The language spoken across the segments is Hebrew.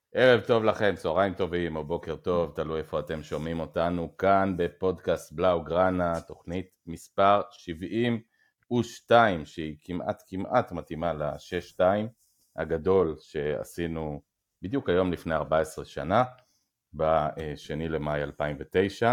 ערב טוב לכם, צהריים טובים או בוקר טוב, תלוי איפה אתם שומעים אותנו, כאן בפודקאסט בלאו גרנה, תוכנית מספר 72, שהיא כמעט מתאימה ל-62 הגדול שעשינו בדיוק היום לפני 14 שנה, בשני למאי 2009.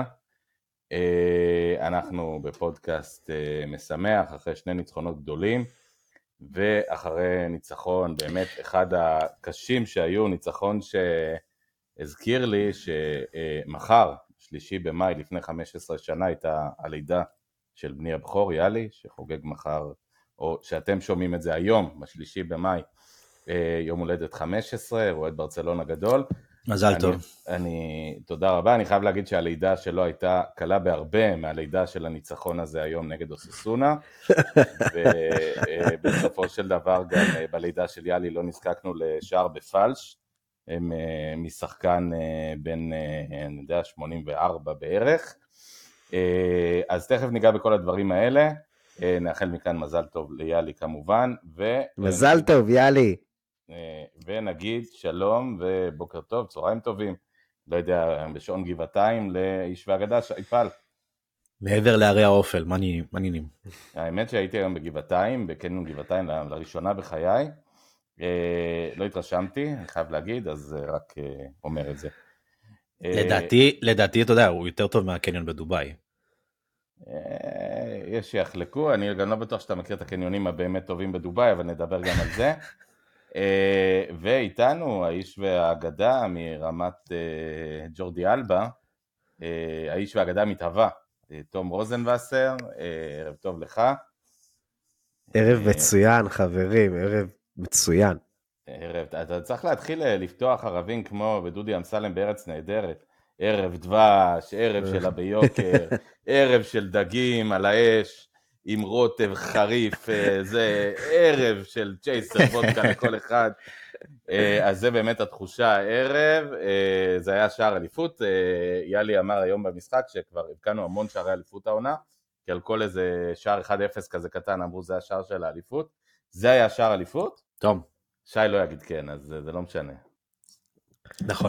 אנחנו בפודקאסט משמח אחרי שני ניצחונות גדולים, ואחרי ניצחון באמת אחד הקשים שהיו, ניצחון שהזכיר לי שמחר, 3 במאי לפני 15 שנה, הייתה הלידה של בני הבכור יאלי, שחוגג מחר, או שאתם שומעים את זה היום, ב3 במאי, יום הולדת 15, הוא אוהד ברצלונה גדול. מזל טוב. תודה רבה, אני חייב להגיד שהלידה שלו הייתה קלה בהרבה מהלידה של הניצחון הזה היום נגד אוססונה, ובסופו של דבר גם בלידה של יאלי לא נזקקנו לשער בפלש, הם משחקן בין, אני יודע, 84 בערך, אז תכף ניגע בכל הדברים האלה, נאחל מכאן מזל טוב ליאלי כמובן, מזל טוב יאלי. ונגיד שלום ובוקר טוב, צהריים טובים, לא יודע, בשעון גבעתיים לאיש והגדה, שי פל. מעבר להרי האופל, מה עניינים? האמת שהייתי היום בגבעתיים, בקניון גבעתיים לראשונה בחיי, לא התרשמתי, אני חייב להגיד, אז רק אומר את זה. לדעתי, אתה יודע, הוא יותר טוב מהקניון בדוביי. יש שיחלקו, אני גם לא בטוח שאתה מכיר את הקניונים הבאמת טובים בדוביי, אבל נדבר גם על זה. ואיתנו האיש והאגדה מרמת ג'ורדי אלבה, האיש והאגדה מתהווה, תום רוזנווסר, ערב טוב לך. ערב מצוין חברים, ערב מצוין. אתה צריך להתחיל לפתוח ערבים כמו בדודי אמסלם בארץ נהדרת, ערב דבש, ערב שלה ביוקר, ערב של דגים על האש, עם רוטב חריף, זה ערב של צ'ייסר וודקה לכל אחד, אז זה באמת התחושה הערב, זה היה שער אליפות, יאלי אמר היום במשחק שכבר הבקענו המון שערי אליפות העונה, כי על כל איזה שער 1-0 כזה קטן אמרו זה השער של האליפות, זה היה שער אליפות? טוב. שי לא יגיד כן, אז זה לא משנה. נכון.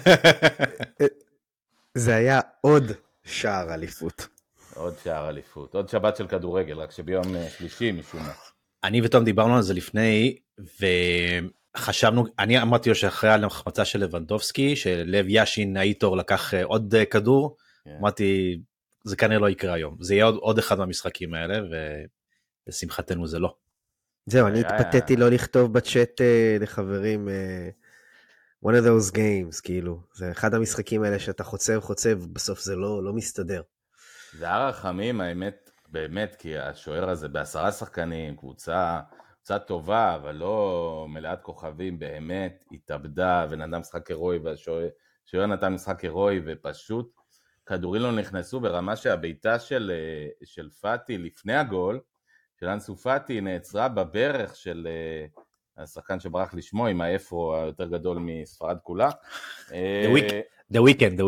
זה היה עוד שער אליפות. עוד שער אליפות, עוד שבת של כדורגל, רק שביום שלישי משום מה. אני ותום דיברנו על זה לפני, וחשבנו, אני אמרתי לו שאחרי המחמצה של לבנדובסקי, שלב ישין האיטור לקח עוד כדור, אמרתי, זה כנראה לא יקרה היום, זה יהיה עוד אחד מהמשחקים האלה, ולשמחתנו זה לא. זהו, אני התפתיתי לא לכתוב בצ'אט לחברים, one of those games, כאילו, זה אחד המשחקים האלה שאתה חוצב, בסוף זה לא מסתדר. זה הרחמים, האמת, באמת, כי השוער הזה ב10 שחקנים, קבוצה טובה, אבל לא מלאת כוכבים, באמת התאבדה, ונתן משחק הירואי, והשוער נתן משחק הירואי, ופשוט כדורים לא נכנסו ברמה שהביתה של פאטי לפני הגול, של אנסו פאטי נעצרה בברך של השחקן שברח לשמו עם האפרו היותר גדול מספרד כולה. The weekend.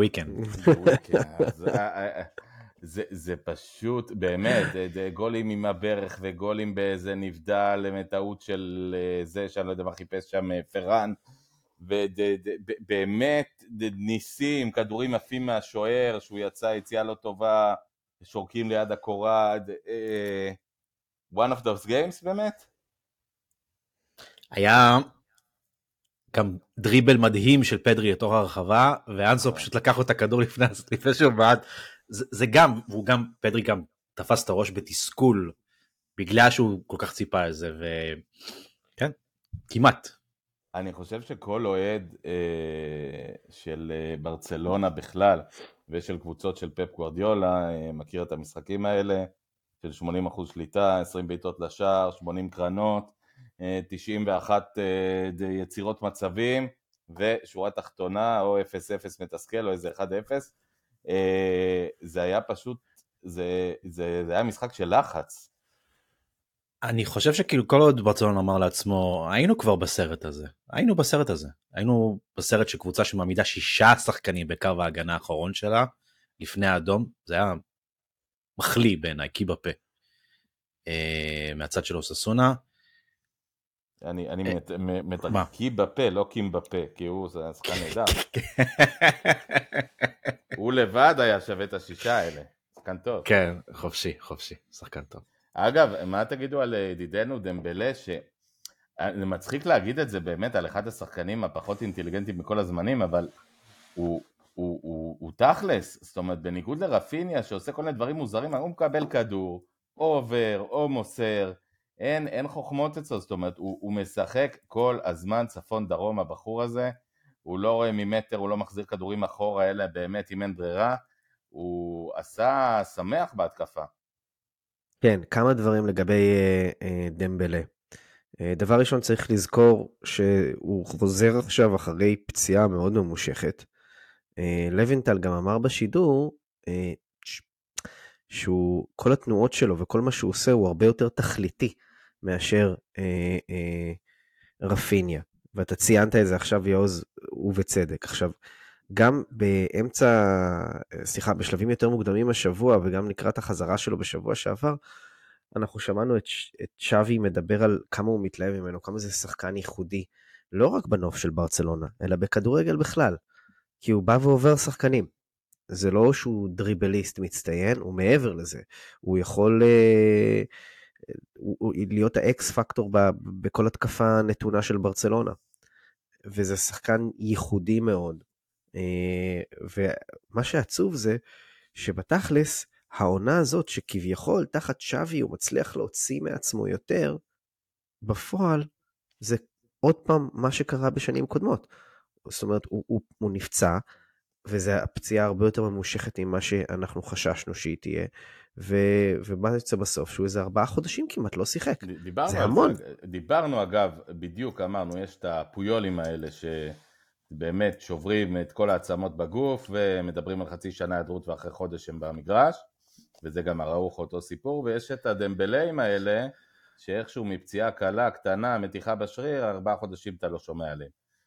זה פשוט, באמת, גולים עם הברך וגולים באיזה נבדל למטעות של זה, שאני לא יודע מה חיפש שם, פרן, ובאמת ניסים, כדורים עפים מהשוער, שהוא יציאה לא טובה, שורקים ליד הקורד, one of those games באמת? היה גם דריבל מדהים של פדרי לתוך הרחבה, ואנסו פשוט לקח אותה כדור לפני שהוא בעד, זה גם, פדרי גם תפס את הראש בתסכול, בגלל שהוא כל כך ציפה על זה, וכן, כמעט. אני חושב שכל אוהד של ברצלונה בכלל, ושל קבוצות של פפ גוארדיולה, מכיר את המשחקים האלה, של 80% שליטה, 20 בעיטות לשער, 80 קרנות, 91 יצירות מצבים, ושורה תחתונה, או 0-0 מתסכל, או איזה 1-0, זה היה פשוט, זה היה משחק של לחץ. אני חושב שכאילו כל עוד ברצלונה אמר לעצמו, היינו כבר בסרט הזה, היינו בסרט של קבוצה שמעמידה 6 שחקנים בקו ההגנה האחרון שלה, לפני האדום, זה היה מחליא בעיניי, קי בפה, מהצד של אוססונה. אני מתרקי בפה, לא קים בפה, כי הוא שחקן נהדר. הוא לבד היה שווה את השישה האלה, שחקן טוב. כן, חופשי, שחקן טוב. אגב, מה תגידו על ידידנו דמבלה, זה מצחיק להגיד את זה באמת על אחד השחקנים הפחות אינטליגנטים בכל הזמנים, אבל הוא תכלס, זאת אומרת, בניגוד לרפיניה שעושה כל מיני דברים מוזרים, הוא מקבל כדור, או עובר, או מוסר, אין חוכמות אצלו, זאת אומרת, הוא משחק כל הזמן צפון דרום, הבחור הזה, הוא לא רואה ממטר, הוא לא מחזיר כדורים אחורה, אלא באמת אם אין ברירה, הוא עשה שמח בהתקפה. כן, כמה דברים לגבי דמבלה. דבר ראשון צריך לזכור שהוא חוזר עכשיו אחרי פציעה מאוד ממושכת. לוינטל גם אמר בשידור כל התנועות שלו וכל מה שהוא עושה הוא הרבה יותר תכליתי מאשר רפיניה. ואתה ציינת את זה עכשיו יעוז ובצדק. עכשיו, גם בשלבים יותר מוקדמים השבוע וגם לקראת החזרה שלו בשבוע שעבר, אנחנו שמענו את שווי מדבר על כמה הוא מתלהב ממנו, כמה זה שחקן ייחודי, לא רק בנוף של ברצלונה, אלא בכדורגל בכלל, כי הוא בא ועובר שחקנים. זה לא שהוא דריבליסט מצטיין, הוא מעבר לזה. הוא יכול להיות האקס פקטור בכל התקפה נתונה של ברצלונה. וזה שחקן ייחודי מאוד. ומה שעצוב זה שבתכלס, העונה הזאת שכביכול תחת שווי הוא מצליח להוציא מעצמו יותר, בפועל זה עוד פעם מה שקרה בשנים קודמות. זאת אומרת, הוא נפצע, וזה הפציעה הרבה יותר ממושכת ממה שאנחנו חששנו שהיא תהיה, ומה יצא בסוף? שהוא איזה 4 חודשים כמעט לא שיחק. זה המון. דיברנו אגב, בדיוק אמרנו, יש את הפויולים האלה שבאמת שוברים את כל העצמות בגוף, ומדברים על חצי שנה היעדרות ואחרי חודש הם במגרש, וזה גם הראוך אותו סיפור, ויש את הדמבלאים האלה, שאיכשהו מפציעה קלה, קטנה, מתיחה בשריר, 4 חודשים אתה לא שומע עליהם.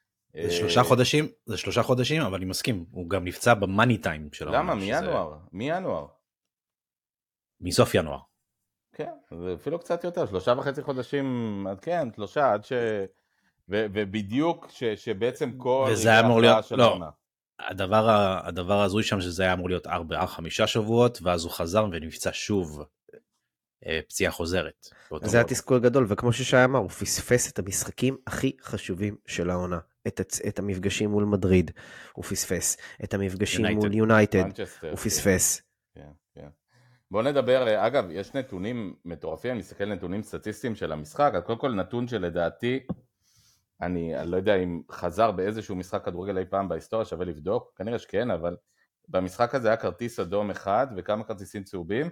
זה 3 חודשים, אבל אני מסכים, הוא גם נפצע במאני טיים של העונה. למה? מינואר? מסוף ינואר. כן, זה אפילו קצת יותר, 3.5 חודשים, כן, 3, עד ש... ובדיוק שבעצם כל... וזה היה אמור להיות, לא, הדבר הזוי שם שזה היה אמור להיות 4-5 שבועות, ואז הוא חזר ונפצע שוב, פציעה חוזרת. זה התסכול גדול, וכמו ששי אמר, הוא פספס את המשחקים הכי חשובים של העונה. את המפגשים מול מדריד, הוא פספס. את המפגשים מול יונייטד, הוא פספס. כן, כן. בואו נדבר, אגב, יש נתונים מטורפים, אני מסתכל נתונים סטטיסטיים של המשחק, אז קודם כל נתון שלדעתי, אני לא יודע אם חזר באיזשהו משחק כדורגל אי פעם בהיסטוריה, שווה לבדוק, כנראה שכן, אבל במשחק הזה היה כרטיס אדום אחד, וכמה כרטיסים צהובים?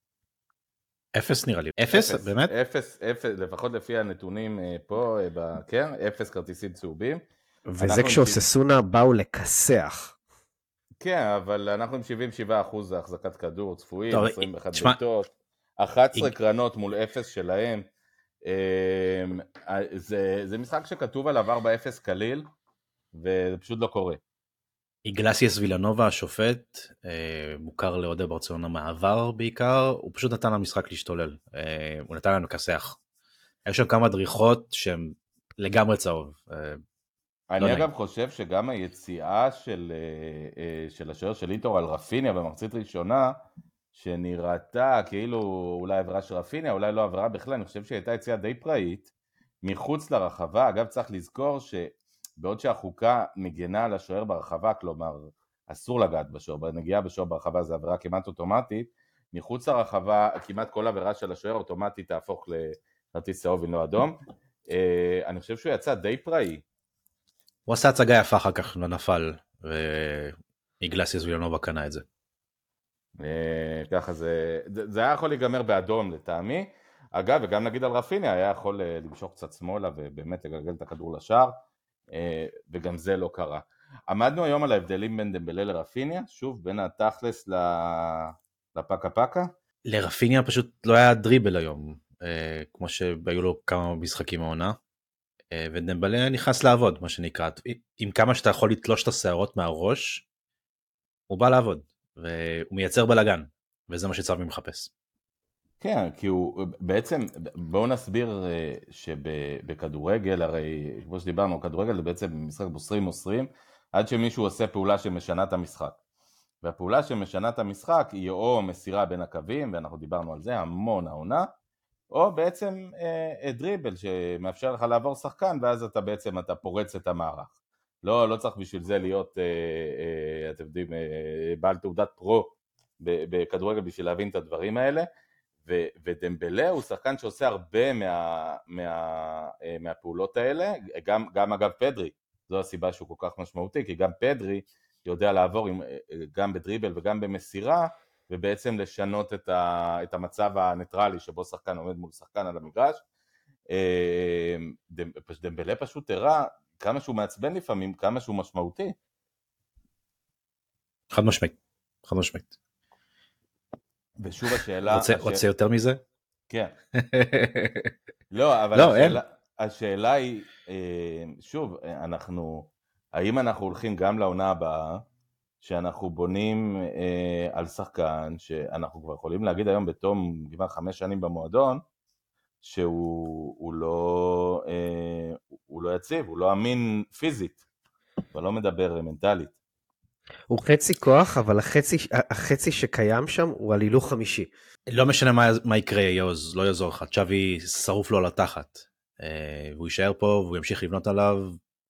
0 נראה לי. 0? באמת? 0, לפחות לפי הנתונים פה, כן, 0 כרטיסים צהובים. וזה כשאוססונה באו לכסח. כן, אבל אנחנו עם 77% החזקת כדור צפויים, 21 ביתות, 11 קרנות מול 0 שלהם. זה משחק שכתוב עליו 4-0 קליל, וזה פשוט לא קורה. איגלסיאס וילנובה, השופט, מוכר לאוהדי ברצלונה מעבר בעיקר, הוא פשוט נתן למשחק להשתולל, הוא נתן לנו כסח. היה שם כמה דריכות שהן לגמרי צהוב. אני אגב חושב שגם היציאה של השוער של אינטר על רפיניה במחצית ראשונה, שנראתה כאילו אולי עברה של רפיניה, אולי לא עברה בכלל, אני חושב שהייתה יציאה די פראית, מחוץ לרחבה. אגב צריך לזכור שבעוד שהחוקה מגנה על השוער ברחבה, כלומר אסור לגעת בשוער, בנגיעה בשוער ברחבה זה עברה כמעט אוטומטית, מחוץ לרחבה כמעט כל עבירה של השוער אוטומטית תהפוך לכרטיס צהוב ולא אדום. אני חושב שהוא יצא די פראי. הוא עשה הצגה יפה אחר כך לנפל, ואיגלסיאס וילנובה קנה את זה. ככה זה היה יכול להיגמר באדום לטעמי. אגב, וגם נגיד על רפיניה, היה יכול למשוך קצת שמאלה ובאמת לגלגל את הכדור לשער, וגם זה לא קרה. עמדנו היום על ההבדלים בין דמבלה לרפיניה, שוב בין התכלס לפקה פקה. לרפיניה פשוט לא היה דריבל היום, כמו שהיו לו כמה משחקים העונה, ודמבלה נכנס לעבוד, מה שנקרא, עם כמה שאתה יכול לתלוש את השערות מהראש, הוא בא לעבוד, והוא מייצר בלגן, וזה מה שצריך מחפש. כן, כי הוא בעצם, בואו נסביר שבכדורגל, הרי כמו שדיברנו, כדורגל זה בעצם משחק מוסרים, עד שמישהו עושה פעולה שמשנה את המשחק. והפעולה שמשנה את המשחק היא או מסירה בין הקווים, ואנחנו דיברנו על זה המון העונה, או בעצם דריבל שמאפשר לך לעבור שחקן, ואז אתה בעצם פורץ את המערך. לא צריך בשביל זה להיות, אתם יודעים, בעל תעודת פרו בכדורגל בשביל להבין את הדברים האלה, ודמבלה הוא שחקן שעושה הרבה מהפעולות האלה, גם אגב פדרי, זו הסיבה שהוא כל כך משמעותי, כי גם פדרי יודע לעבור גם בדריבל וגם במסירה, ובעצם לשנות את המצב הניטרלי שבו שחקן עומד מול שחקן על המגרש. דמבלה פשוט הראה כמה שהוא מעצבן לפעמים, כמה שהוא משמעותי. חד משמעית. ושוב השאלה... רוצה יותר מזה? כן. לא, אבל השאלה היא, שוב, האם אנחנו הולכים גם לעונה הבאה, שאנחנו בונים על שחקן, שאנחנו כבר יכולים להגיד היום בתום כבר 5 שנים במועדון, שהוא לא יציב, הוא לא אמין פיזית, אבל לא מדבר מנטלית. הוא חצי כוח, אבל החצי שקיים שם הוא על הילוך 5. לא משנה מה יקרה, יוז, לא יעזור לך, צ'אבי שרוף לו על התחת, והוא יישאר פה והוא ימשיך לבנות עליו.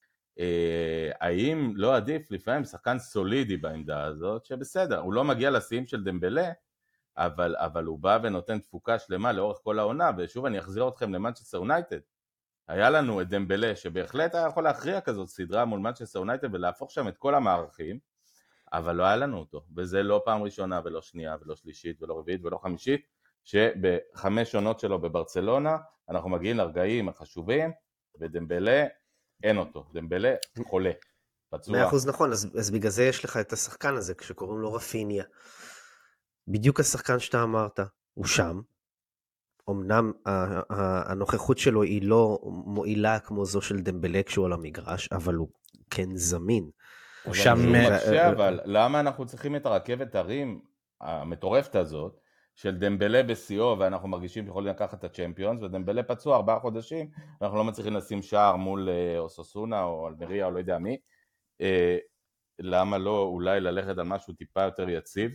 האם לא עדיף לפעמים שחקן סולידי בעמדה הזאת, שבסדר, הוא לא מגיע לשיאים של דמבלה, אבל הוא בא ונותן תפוקה שלמה לאורך כל העונה, ושוב אני אחזיר אתכם למנצ'סטר יונייטד, היה לנו את דמבלה שבהחלט היה יכול להכריע כזאת סדרה מול מנצ'סטר יונייטד ולהפוך שם את כל המערכים, אבל לא היה לנו אותו, וזה לא פעם ראשונה ולא שנייה ולא שלישית ולא רביעית ולא חמישית, שב5 עונות שלו בברצלונה אנחנו מגיעים לרגעים החשובים, ודמבלה אין אותו, דמבלה חולה, פצוע. 100% נכון, אז בגלל זה יש לך את השחקן הזה, כשקוראים לו רפיניה. בדיוק השחקן שאתה אמרת, הוא שם. אמנם הנוכחות שלו היא לא מועילה כמו זו של דמבלה כשהוא על המגרש, אבל הוא כן זמין. הוא שם... אבל למה אנחנו צריכים את הרכבת הרים המטורפת הזאת, של דמבלה בסיאו, ואנחנו מרגישים שיכולים לקחת את הצ'מפיונס, ודמבלה פצוע 4 חודשים, ואנחנו לא מצליחים לשים שער מול אוסוסונה או אלמריה או לא יודע מי. למה לא אולי ללכת על משהו טיפה יותר יציב?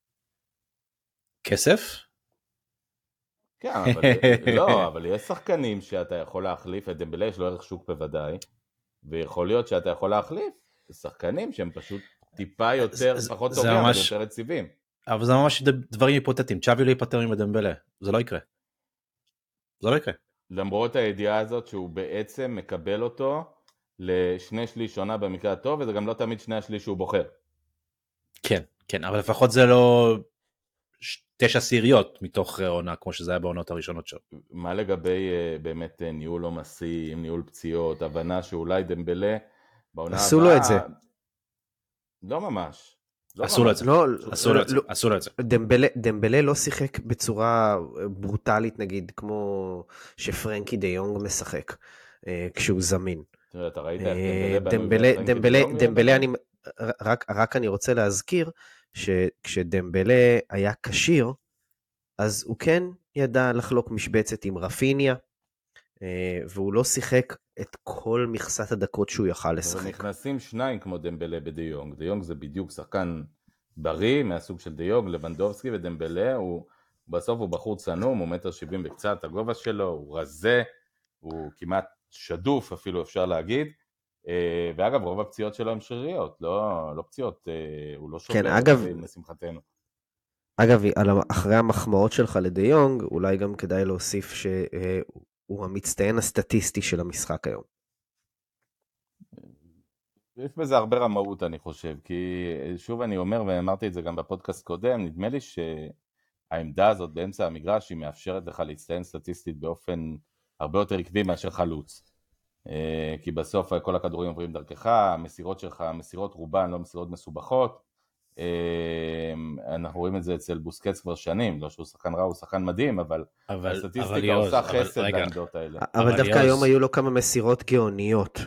כסף? כן, אבל יש שחקנים שאתה יכול להחליף, את דמבלה יש לו ערך שוק בוודאי, ויכול להיות שאתה יכול להחליף שחקנים שהם פשוט טיפה יותר, פחות טובים, יותר יציבים. אבל זה ממש דברים היפותטיים, צ'אבי לא ייפטר עם דמבלה, זה לא יקרה. למרות הידיעה הזאת שהוא בעצם מקבל אותו ל2/3 עונה במקרה הטוב, וזה גם לא תמיד 2/3 שהוא בוחר. כן, אבל לפחות זה לא 9 סיריות מתוך עונה, כמו שזה היה בעונות הראשונות שלו. מה לגבי באמת ניהול עומסים, ניהול פציעות, הבנה שאולי דמבלה בעונה הבאה... עשו לו את זה. לא ממש. עשו לו את זה. דמבלה לא שיחק בצורה ברוטלית, נגיד, כמו שפרנקי די יונג משחק, כשהוא זמין. אתה ראית דמבלה, רק אני רוצה להזכיר, שכשדמבלה היה קשיר, אז הוא כן ידע לחלוק משבצת עם רפיניה, והוא לא שיחק את כל מכסת הדקות שהוא יכל לשחק. אבל נכנסים 2 כמו דמבלה בדי יונג. די יונג זה בדיוק שחקן בריא, מהסוג של די יונג, לבנדובסקי, ודמבלה בסוף הוא בחור צנום, הוא 1.70 וקצת, הגובה שלו, הוא רזה, הוא כמעט שדוף אפילו אפשר להגיד, ואגב רוב הפציעות שלו הן שריריות, לא פציעות, הוא לא שובר, לשמחתנו. אגב, אחרי המחמאות שלך לדי יונג, אולי גם כדאי להוסיף שהוא המצטיין הסטטיסטי של המשחק היום. יש בזה הרבה רמאות אני חושב, כי שוב אני אומר, ואמרתי את זה גם בפודקאסט קודם, נדמה לי שהעמדה הזאת באמצע המגרש היא מאפשרת לך להצטיין סטטיסטית באופן הרבה יותר עקבי מאשר חלוץ. כי בסוף כל הכדורים עוברים דרכך, המסירות שלך, המסירות רובן לא מסירות מסובכות, אנחנו רואים את זה אצל בוסקץ כבר שנים, לא שהוא שחקן רע, הוא שחקן מדהים, אבל הסטטיסטיקה עושה חסד בעמדות האלה. אבל דווקא היום היו לו כמה מסירות גאוניות,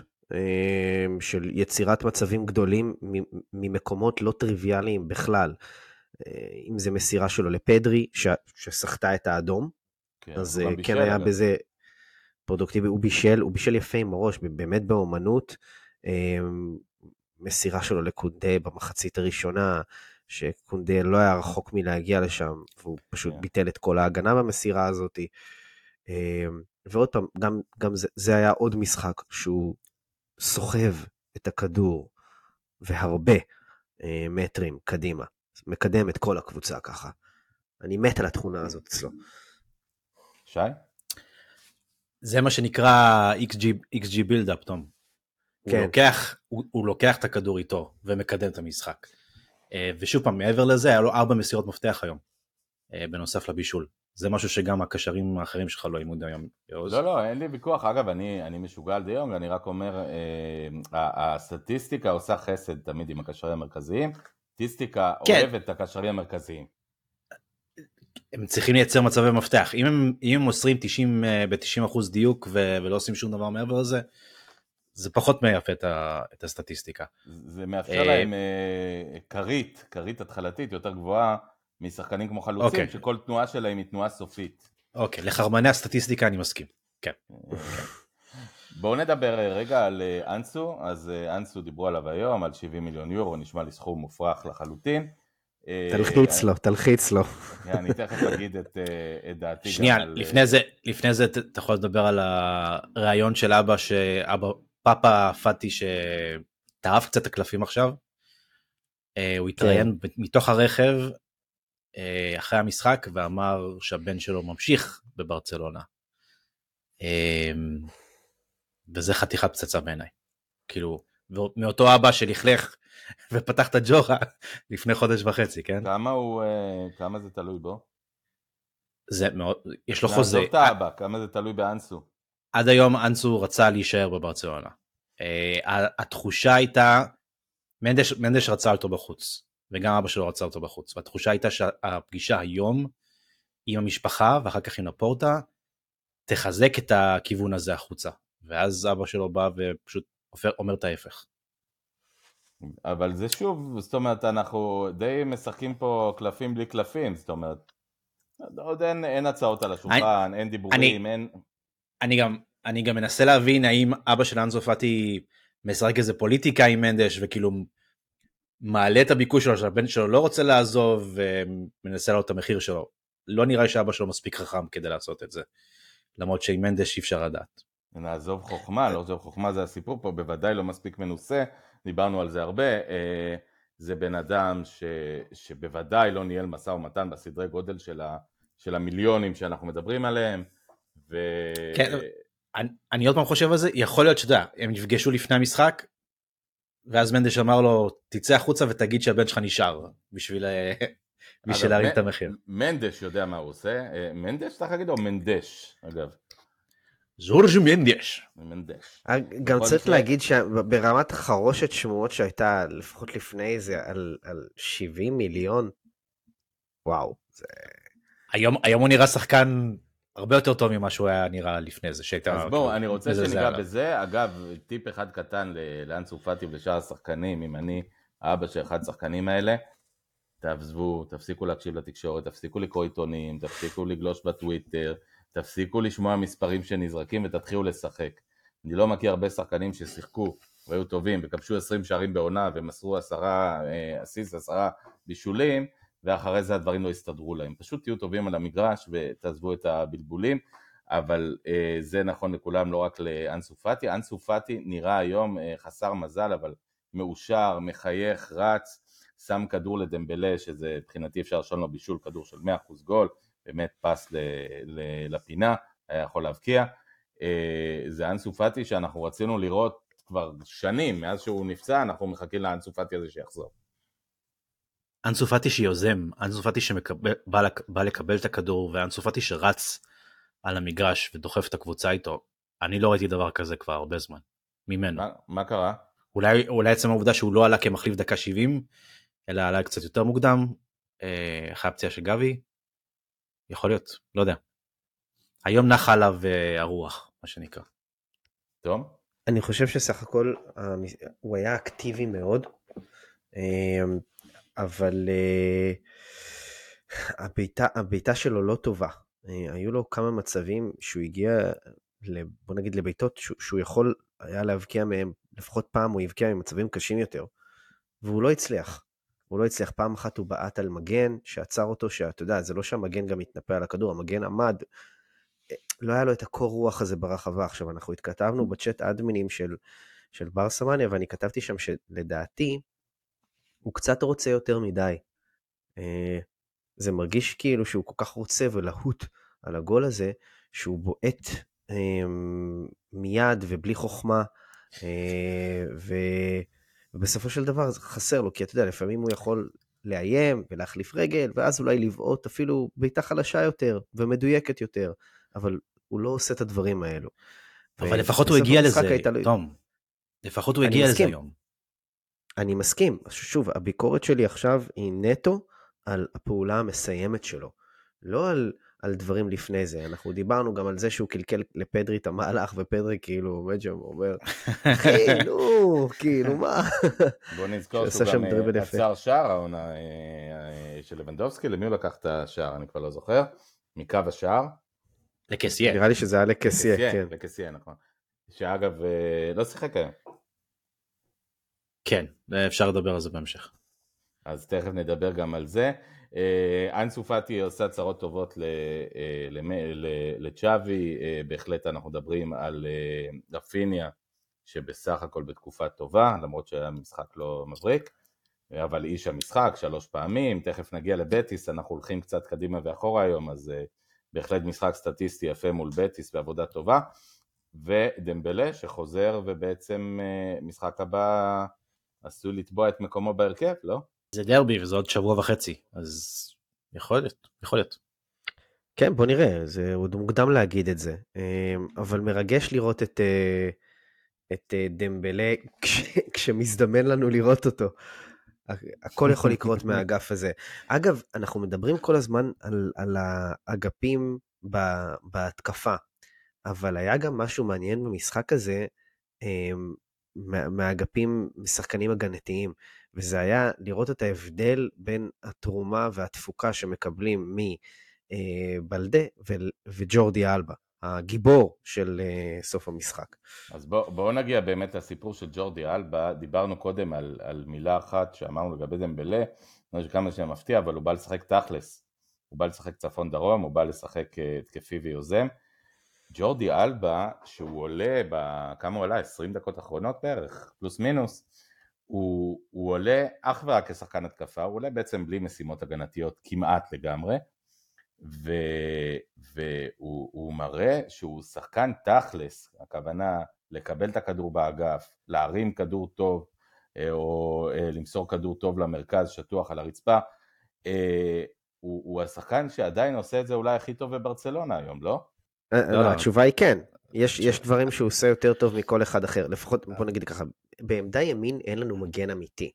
של יצירת מצבים גדולים ממקומות לא טריוויאליים בכלל. אם זה מסירה שלו לפדרי, שסחטה את האדום, כן, אז הוא גם כן בישל, היה אגב. בזה פרודוקטיבי, הוא בישל יפה עם הראש, באמת באומנות, מסירה שלו לקונדה במחצית הראשונה, שקונדה לא היה רחוק מלהגיע לשם, והוא פשוט כן. ביטל את כל ההגנה במסירה הזאת, ועוד פעם, גם זה היה עוד משחק, שהוא סוחב את הכדור, והרבה מטרים קדימה, מקדם את כל הקבוצה ככה. אני מת על התכונה הזאת אצלו. שי? זה מה שנקרא XG build-up, תום. כן. הוא לוקח את הכדור איתו ומקדם את המשחק. ושוב פעם, מעבר לזה, היה לו 4 מסירות מפתח היום, בנוסף לבישול. זה משהו שגם הקשרים האחרים שלך לא אימוד היום. לא, אין לי ויכוח. אגב, אני משוגע על דיונג, אני רק אומר, הסטטיסטיקה עושה חסד תמיד עם הקשרים המרכזיים, סטטיסטיקה אוהבת את הקשרים המרכזיים. הם צריכים לייצר מצבי מפתח. אם הם מוסרים ב-90% דיוק ולא עושים שום דבר מעבר לזה, זה פחות מייפה את הסטטיסטיקה. זה מאפשר להם קרית התחלתית יותר גבוהה משחקנים כמו חלוצים, שכל תנועה שלהם היא תנועה סופית. אוקיי, לחרמני הסטטיסטיקה אני מסכים. כן. בואו נדבר רגע על אנסו. אז אנסו דיברו עליו היום, על 70 מיליון יורו, נשמע לי סכום מופרך לחלוטין. תלחיץ לו. אני תכף אגיד את דעתי. שנייה, לפני זה אתה יכול לדבר על הרעיון של אבא פאפה פאטי שטרף קצת הקלפים עכשיו. הוא התראיין מתוך הרכב אחרי המשחק ואמר שהבן שלו ממשיך בברצלונה. וזה חתיכת פצצה בעיניי. כאילו, מאותו אבא שלכלך ופתח את הג'ורה לפני חודש וחצי, כן? כמה זה תלוי בו? זה מאוד, יש לו חוזה. נעזוב את האבא, כמה זה תלוי באנסו? עד היום אנסו רצה להישאר בברצלונה. התחושה הייתה, מנדש רצה אותו בחוץ, וגם אבא שלו רצה אותו בחוץ, והתחושה הייתה שהפגישה היום עם המשפחה, ואחר כך עם לפורטה, תחזק את הכיוון הזה החוצה. ואז אבא שלו בא ופשוט אומר את ההפך. אבל זה שוב, זאת אומרת, אנחנו די משחקים פה קלפים בלי קלפים, זאת אומרת, עוד אין הצעות על השולחן, אין דיבורים, אין... אני גם מנסה להבין האם אבא של אנסו פאטי משחק איזה פוליטיקה עם מנדש, וכאילו מעלה את הביקוש שלו, שהבן שלו לא רוצה לעזוב, ומנסה לו את המחיר שלו. לא נראה לי שאבא שלו מספיק חכם כדי לעשות את זה, למרות שעם מנדש אי אפשר לדעת. נעזוב חוכמה, לא עזוב חוכמה זה הסיפור פה, בוודאי לא מספיק מנוסה, דיברנו על זה הרבה, זה בן אדם שבוודאי לא ניהל משא ומתן בסדרי גודל של המיליונים שאנחנו מדברים עליהם, כן, אני עוד פעם חושב על זה, יכול להיות שאתה, הם נפגשו לפני המשחק, ואז מנדש אמר לו, תצא החוצה ותגיד שהבן שלך נשאר, בשביל להרים את המחיר. מנדש יודע מה הוא עושה, מנדש צריך להגיד או מנדש, אגב? ז'ורג' מנדש. גם צריך להגיד שברמת חרושת שמועות שהייתה, לפחות לפני זה, על 70 מיליון, וואו. היום הוא נראה שחקן הרבה יותר טוב ממה שהוא היה נראה לפני זה. אז בואו, אני רוצה שניגע בזה. אגב, טיפ אחד קטן לאנסו פאטי ולשאר השחקנים, אם אני האבא של אחד השחקנים האלה, תעזבו, תפסיקו להקשיב לתקשורת, תפסיקו לקרוא עיתונים, תפסיקו לגלוש בטוויטר, תפסיקו לשמוע מספרים שנזרקים ותתחילו לשחק. אני לא מכיר הרבה שחקנים ששיחקו והיו טובים וכבשו 20 שערים בעונה ומסרו 10 בישולים, ואחרי זה הדברים לא הסתדרו להם. פשוט תהיו טובים על המגרש ותעזבו את הבלבולים, אבל זה נכון לכולם, לא רק לאנסו פאטי. אנסו פאטי נראה היום חסר מזל, אבל מאושר, מחייך, רץ, שם כדור לדמבלה, שזה מבחינתי אפשר לשאול לו בישול, כדור של 100% גול, באמת פס לפינה, היה יכול להבקיע. זה אנסו פאטי שאנחנו רצינו לראות כבר שנים, מאז שהוא נפצע, אנחנו מחכים לאנסו פאטי הזה שיחזור. אנסו פאטי שיוזם, אנסו פאטי שבא לקבל את הכדור, ואנסו פאטי שרץ על המגרש ודוחף את הקבוצה איתו. אני לא ראיתי דבר כזה כבר הרבה זמן, ממנו. מה קרה? אולי עצם העובדה שהוא לא עלה כמחליף דקה 70, אלא עלה קצת יותר מוקדם, אחרי הפציעה של גבי, יכול להיות, לא יודע. היום נח עליו הרוח, מה שנקרא. טוב. אני חושב שסך הכל הוא היה אקטיבי מאוד. אבל הביתה שלו לא טובה. היו לו כמה מצבים שהוא הגיע, בוא נגיד לביתות, שהוא יכול היה להבקיע מהם, לפחות פעם הוא הבקיע ממצבים קשים יותר, והוא לא הצליח. הוא לא הצליח. פעם אחת הוא בעט על מגן, שעצר אותו, שאתה יודע, זה לא שהמגן גם התנפל על הכדור, המגן עמד, לא היה לו את הקור רוח הזה ברחבה. עכשיו, אנחנו התכתבנו בצ'אט אדמינים של בר סמניה, ואני כתבתי שם שלדעתי, הוא קצת רוצה יותר מדי. זה מרגיש כאילו שהוא כל כך רוצה ולהוט על הגול הזה, שהוא בועט מיד ובלי חוכמה, ובסופו של דבר זה חסר לו, כי אתה יודע, לפעמים הוא יכול לאיים ולהחליף רגל, ואז אולי לבעוט אפילו בעיטה חלשה יותר ומדויקת יותר, אבל הוא לא עושה את הדברים האלו. אבל לפחות הוא הגיע לזה, תום. לפחות הוא הגיע לזה היום. אני מסכים. שוב, הביקורת שלי עכשיו היא נטו על הפעולה המסיימת שלו. לא על דברים לפני זה. אנחנו דיברנו גם על זה שהוא קלקל לפדרי את המהלך, ופדרי כאילו עומד שם ואומר, אחי, נו, כאילו מה? בוא נזכור שהוא גם עצר שער העונה של לבנדובסקי. למי הוא לקח את השער? אני כבר לא זוכר. מקו השער. לקסיה. נראה לי שזה היה לקסיה, כן. לקסיה, נכון. שאגב, לא שיחק היום. כן, אפשר לדבר על זה בהמשך. אז תכף נדבר גם על זה. אנסו פאטי עושה צרות טובות לצ'אבי, בהחלט אנחנו מדברים על רפיניה, שבסך הכל בתקופה טובה, למרות שהיה משחק לא מבריק, אבל איש המשחק 3 פעמים, תכף נגיע לבטיס, אנחנו הולכים קצת קדימה ואחורה היום, אז בהחלט משחק סטטיסטי יפה מול בטיס בעבודה טובה, ודמבלה שחוזר ובעצם משחק הבא עשוי לתבוע את מקומו בהרכב, לא? זה דרבי וזה עוד 1.5 שבוע, אז יכול להיות. כן, בוא נראה, זה עוד מוקדם להגיד את זה, אבל מרגש לראות את דמבלה כשמזדמן לנו לראות אותו. הכל יכול לקרות מהאגף הזה. אגב, אנחנו מדברים כל הזמן על האגפים בהתקפה, אבל היה גם משהו מעניין במשחק הזה, מהאגפים משחקנים הגנתיים, וזה היה לראות את ההבדל בין התרומה והתפוקה שמקבלים מבלדה וג'ורדי אלבה, הגיבור של סוף המשחק. אז בואו נגיע באמת לסיפור של ג'ורדי אלבה. דיברנו קודם על מילה אחת שאמרנו לגבי דמבלה, לא יודע כמה שמפתיע, אבל הוא בא לשחק תכלס, הוא בא לשחק צפון דרום, הוא בא לשחק תקפי ויוזם. ג'ורדי אלבה, שהוא עולה כמה הוא עלה? 20 דקות אחרונות בערך, פלוס מינוס, הוא עולה אך ורק כשחקן התקפה, הוא עולה בעצם בלי משימות הגנתיות כמעט לגמרי, והוא מראה שהוא שחקן תכלס, הכוונה לקבל את הכדור באגף, להרים כדור טוב, או למסור כדור טוב למרכז, שטוח על הרצפה, הוא השחקן שעדיין עושה את זה אולי הכי טוב בברצלונה היום, לא? התשובה היא כן, יש דברים שהוא עושה יותר טוב מכל אחד אחר, לפחות בוא נגיד ככה, בעמדה ימין אין לנו מגן אמיתי,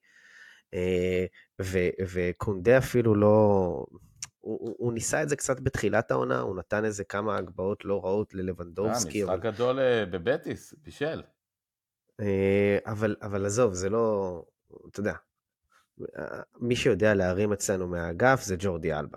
וקונדה אפילו לא, הוא ניסה את זה קצת בתחילת העונה, הוא נתן איזה כמה הגבהות לא רעות ללבנדובסקי. משחק גדול בבטיס, בישל. אבל עזוב, זה לא, אתה יודע, מי שיודע להרים אצלנו מהאגף זה ג'ורדי אלבה.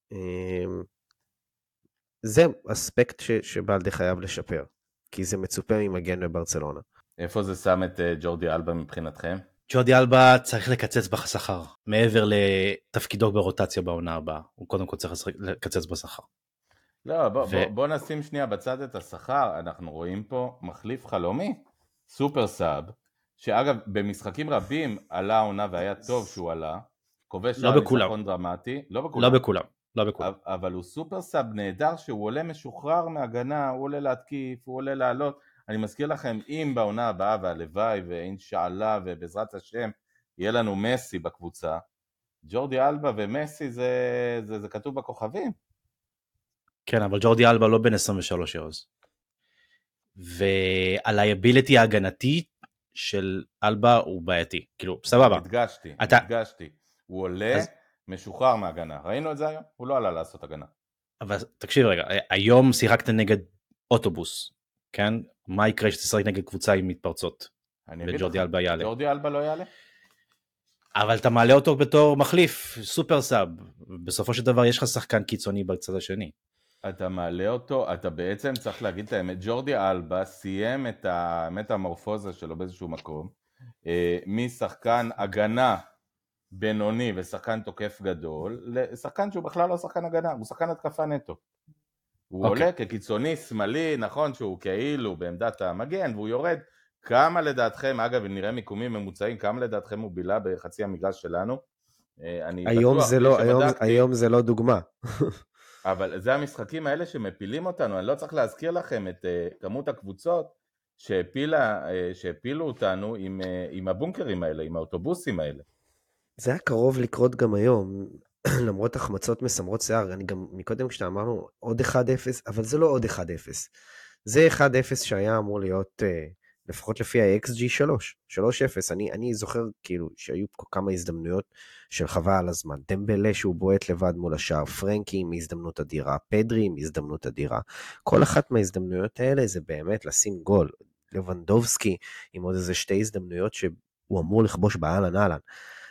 זה אספקט שבלדה חייב לשפר, כי זה מצופה ממגן בברצלונה. איפה זה שם את ג'ורדי אלבה מבחינתכם? ג'ורדי אלבה צריך לקצץ בשכר, מעבר לתפקידו ברוטציה בעונה הבאה, הוא קודם כל צריך לקצץ בשכר. לא, בוא נשים שנייה בצד את השכר, אנחנו רואים פה מחליף חלומי, סופר סאב, שאגב במשחקים רבים עלה העונה והיה טוב שהוא עלה, כובש שער ניצחון דרמטי, לא בכולם. אבל הוא סופר סאב נהדר שהוא עולה משוחרר מהגנה, הוא עולה להתקיף, הוא עולה לעלות. אני מזכיר לכם, אם בעונה הבאה והלוואי ואינשאללה ובעזרת השם יהיה לנו מסי בקבוצה, ג'ורדי אלבה ומסי זה כתוב בכוכבים. כן, אבל ג'ורדי אלבה לא בין 23 יוז. והלייביליטי ההגנתי של אלבה הוא בעייתי. כאילו, סבבה. הדגשתי. הוא עולה משוחרר מהגנה. ראינו את זה היום? הוא לא עלה לעשות הגנה. אבל תקשיב רגע, היום שיחקת נגד אוטובוס, כן? מה יקרה שתשחק נגד קבוצה עם מתפרצות? וג'ורדי אלבה יעלה. ג'ורדי אלבה לא יעלה? אבל אתה מעלה אותו בתור מחליף, סופר סאב, בסופו של דבר יש לך שחקן קיצוני בצד השני. אתה מעלה אותו, אתה בעצם צריך להגיד את האמת, ג'ורדי אלבה סיים את המטמורפוזה שלו באיזשהו מקום, משחקן הגנה בינוני ושחקן תוקף גדול, לשחקן שהוא בכלל לא שחקן הגנה, הוא שחקן התקפה נטו. הוא עולה כקיצוני שמאלי, נכון שהוא כאילו בעמדת המגן, והוא יורד. כמה לדעתכם, אגב, נראה מיקומים ממוצעים, כמה לדעתכם הוא בילה בחצי המגרש שלנו? היום זה לא דוגמה. אבל זה המשחקים האלה שמפילים אותנו, אני לא צריך להזכיר לכם את כמות הקבוצות שהפילו אותנו עם הבונקרים האלה, עם האוטובוסים האלה. זה היה קרוב לקרות גם היום, למרות החמצות מסמרות שיער, אני גם מקודם כשאתה אמרנו עוד 1-0, אבל זה לא עוד 1-0. זה 1-0 שהיה אמור להיות, לפחות לפי ה-XG 3-0. אני זוכר כאילו שהיו כמה הזדמנויות של חווה על הזמן. דמבלה שהוא בועט לבד מול השער, פרנקי עם הזדמנות אדירה, פדרי עם הזדמנות אדירה. כל אחת מההזדמנויות האלה זה באמת לשים גול. לבנדובסקי עם עוד איזה 2 הזדמנויות שהוא אמור לכבוש באהלן.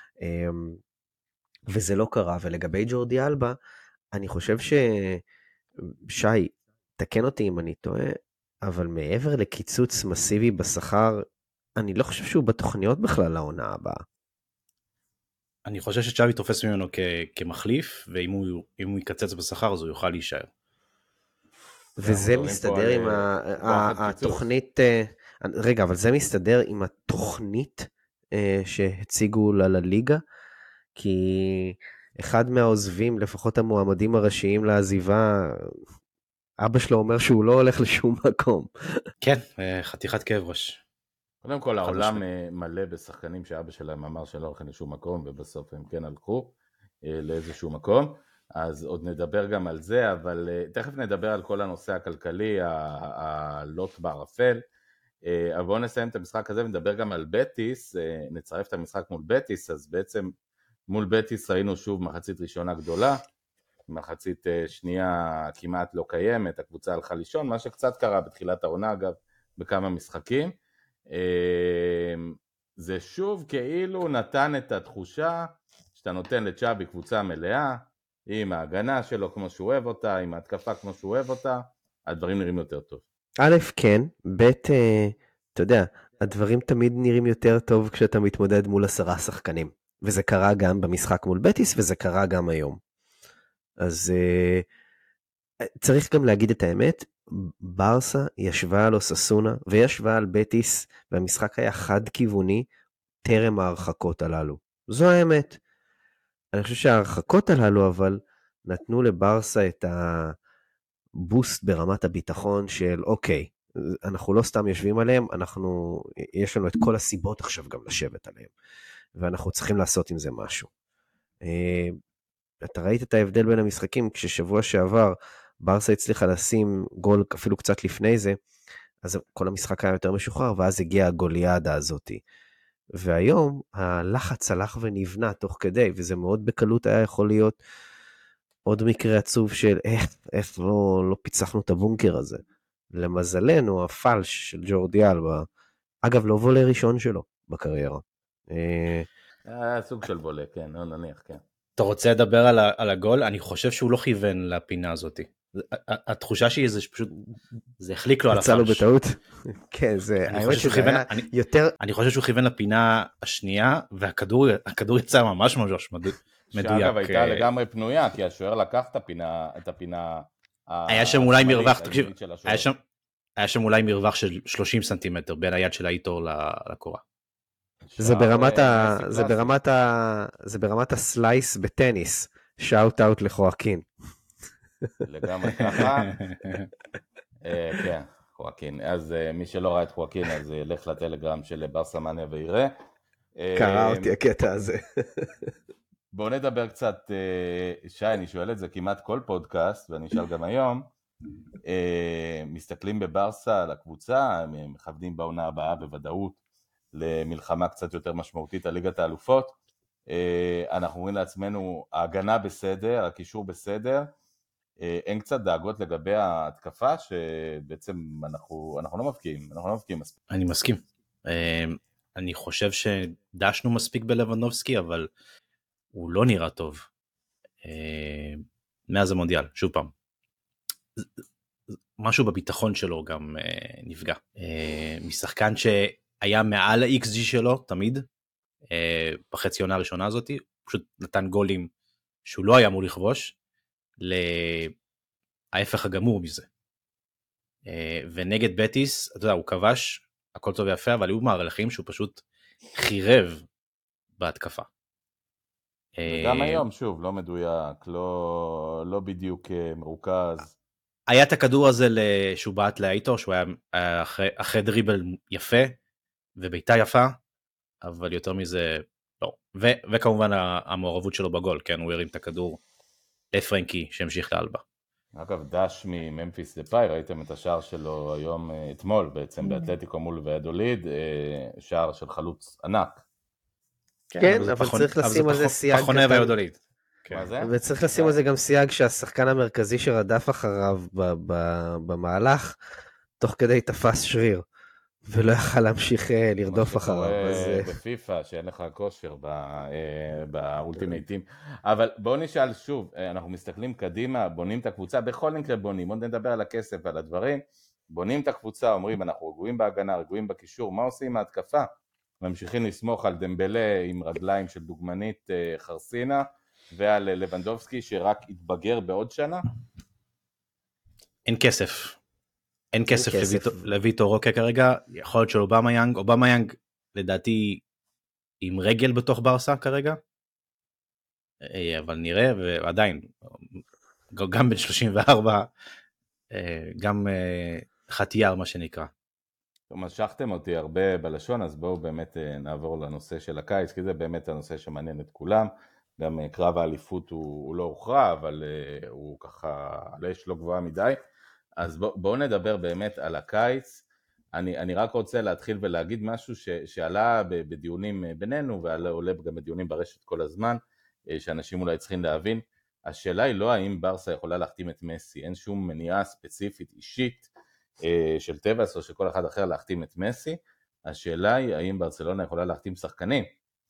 וזה לא קרה, ולגבי ג'ורדי אלבה, אני חושב שי, תקן אותי אם אני טועה, אבל מעבר לקיצוץ מסיבי בשכר, אני לא חושב שהוא בתוכניות בכלל לעונה הבאה. אני חושב שצ'אבי תופס ממנו כמחליף, ואם הוא יקצץ בשכר, אז הוא יוכל להישאר. וזה מסתדר עם התוכנית, רגע, אבל זה מסתדר עם התוכנית שהציגו לליגה, כי אחד מהעוזבים, לפחות המועמדים הראשיים לעזיבה, אבא שלו אומר שהוא לא הולך לשום מקום. כן, חתיכת כאב ראש. קודם כל העולם מלא בשחקנים שאבא שלהם אמר שלא הולכים לשום מקום, ובסוף הם כן הלכו לאיזשהו מקום, אז עוד נדבר גם על זה, אבל תכף נדבר על כל הנושא הכלכלי, הלוט בערפל, אבל בואו נסיים את המשחק הזה ונדבר גם על בטיס, נצרף את המשחק מול בטיס, אז בעצם מול בטיס ראינו שוב מחצית ראשונה גדולה, מחצית שנייה כמעט לא קיימת, הקבוצה הלכה לישון, מה שקצת קרה בתחילת העונה אגב, בכמה משחקים, זה שוב כאילו נתן את התחושה שאתה נותן לצ'אבי קבוצה מלאה, עם ההגנה שלו כמו שהוא אוהב אותה, עם ההתקפה כמו שהוא אוהב אותה, הדברים נראים יותר טוב. א', כן, ב', אתה יודע, הדברים תמיד נראים יותר טוב כשאתה מתמודד מול 10 שחקנים, וזה קרה גם במשחק מול בטיס, וזה קרה גם היום. אז צריך גם להגיד את האמת, ברסה ישבה על אוססונה, וישבה על בטיס, והמשחק היה חד כיווני, טרם ההרחקות הללו. זו האמת. אני חושב שההרחקות הללו, אבל נתנו לברסה את הבוסט ברמת הביטחון של, אוקיי, אנחנו לא סתם יושבים עליהם, יש לנו את כל הסיבות עכשיו גם לשבת עליהם, ואנחנו צריכים לעשות עם זה משהו. אתה ראית את ההבדל בין המשחקים, כששבוע שעבר ברסה הצליחה לשים גול אפילו קצת לפני זה, אז כל המשחק היה יותר משוחרר, ואז הגיעה הגוליאדה הזאת. והיום הלחץ הלך ונבנה תוך כדי, וזה מאוד בקלות היה יכול להיות עוד מקרה עצוב של איך לא פיצחנו את הבונקר הזה. למזלנו, הפלש של ג'ורדי אלבה, אגב, לא וולה ראשון שלו בקריירה. סוג של וולה, כן, נניח, כן. אתה רוצה לדבר על הגול? אני חושב שהוא לא כיוון לפינה הזאת. התחושה שהיא זה שפשוט, זה החליק לו על הפלש. יצא לו בטעות? כן, זה, האמת שזה היה יותר... אני חושב שהוא כיוון לפינה השנייה, והכדור יצא ממש מדויק. שאגב הייתה לגמרי פנויה, כי השוער לקח את הפינה... היה שם אולי מרווח, תקשיב, היה שם אולי מרווח של 30 סנטימטר בין היד של האיטור לקורה. זה ברמת הסלייס בטניס, שאוט אאוט לחואקין. לגמרי ככה. כן, חואקין. אז מי שלא ראה את חואקין, אז ילך לטלגרם של ברסה מניה ויראה. קרא אותי הקטע הזה. בואו נדבר קצת, שי, אני שואל את זה כמעט כל פודקאסט, ואני אשאל גם היום, מסתכלים בברסה על הקבוצה, הם מכוונים בעונה הבאה בוודאות, למלחמה קצת יותר משמעותית על ליגת האלופות, אנחנו אומרים לעצמנו, ההגנה בסדר, הקישור בסדר, אין קצת דאגות לגבי ההתקפה, שבעצם אנחנו לא מבקיעים מספיק. אני מסכים. אני חושב שדשנו מספיק בלבנדובסקי, אבל הוא לא נראה טוב. מאז המונדיאל, שוב פעם. משהו בביטחון שלו גם נפגע. משחקן שהיה מעל ה-XG שלו תמיד, בחצי עונה הראשונה הזאת, פשוט נתן גולים שהוא לא היה אמור לכבוש, להפך הגמור מזה. ונגד בטיס, אתה יודע, הוא כבש, הכל טוב ויפה, אבל היו מהלכים שהוא פשוט חירב בהתקפה. וגם היום, שוב, לא מדויק, לא בדיוק מרוכז. היה את הכדור הזה שהוא בעט לאיתו, שהוא היה אחרי דריבל יפה, וביתה יפה, אבל יותר מזה, לא. וכמובן המעורבות שלו בגול, כן, הוא הרים את הכדור לפרנקי, שהמשיך לאלבה. אגב, דש מממפיס דפאי, ראיתם את השער שלו היום, אתמול בעצם, באתלטיקו מול ויאדוליד, שער של חלוץ ענק. כן, אבל צריך לשים על זה סייג קטן. וצריך לשים על זה גם סייג שהשחקן המרכזי שרדף אחריו במהלך, תוך כדי תפס שריר, ולא יכל להמשיך לרדוף אחריו. בפיפה, שאין לך כושר באולטימייטים. אבל בואו נשאל שוב, אנחנו מסתכלים קדימה, בונים את הקבוצה, בכל מקרה בונים, בואו נדבר על הכסף ועל הדברים, בונים את הקבוצה, אומרים אנחנו רגועים בהגנה, רגועים בקישור, מה עושים עם ההתקפה? ממשיכים לסמוך על דמבלה עם רגליים של דוגמנית חרסינה, ועל לבנדובסקי שרק יתבגר בעוד שנה? אין כסף. אין כסף לויטור רוקה כרגע, יכול להיות של אובמה יאנג לדעתי עם רגל בתוך ברסה כרגע, אבל נראה, ועדיין, גם בן 34, גם חתיאר מה שנקרא. משכתם אותי הרבה בלשון, אז בואו באמת נעבור לנושא של הקיץ, כי זה באמת הנושא שמעניין את כולם, גם קרב האליפות הוא לא הוכרע, אבל הוא ככה, יש לא גבוהה מדי, אז בואו נדבר באמת על הקיץ. אני רק רוצה להתחיל ולהגיד משהו שעלה בדיונים בינינו, ועולה גם בדיונים ברשת כל הזמן, שאנשים אולי צריכים להבין. השאלה היא לא האם ברסה יכולה להחתים את מסי, אין שום מניעה ספציפית אישית של טבעס או של כל אחד אחר להחתים את מסי, השאלה היא האם ברצלונה יכולה להחתים שחקנים.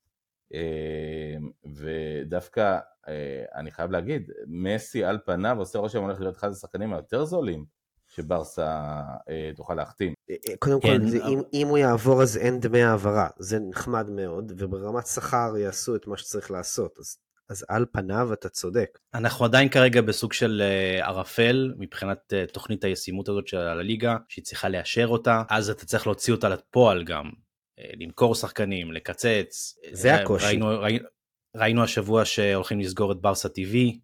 ודווקא אני חייב להגיד, מסי על פניו עושה רושם הולך להיות אחד השחקנים היותר זולים שברסה תוכל להחתים. קודם כל, אם הוא יעבור אז אין דמי העברה, זה נחמד מאוד, וברמת שכר יעשו את מה שצריך לעשות, אז על פניו אתה צודק. אנחנו עדיין כרגע בסוג של ערפל, מבחינת תוכנית הישימות הזאת של הליגה, שהיא צריכה לאשר אותה, אז אתה צריך להוציא אותה לפועל גם, למכור שחקנים, לקצץ. זה הקושי. ראינו השבוע שהולכים לסגור את ברסה TV.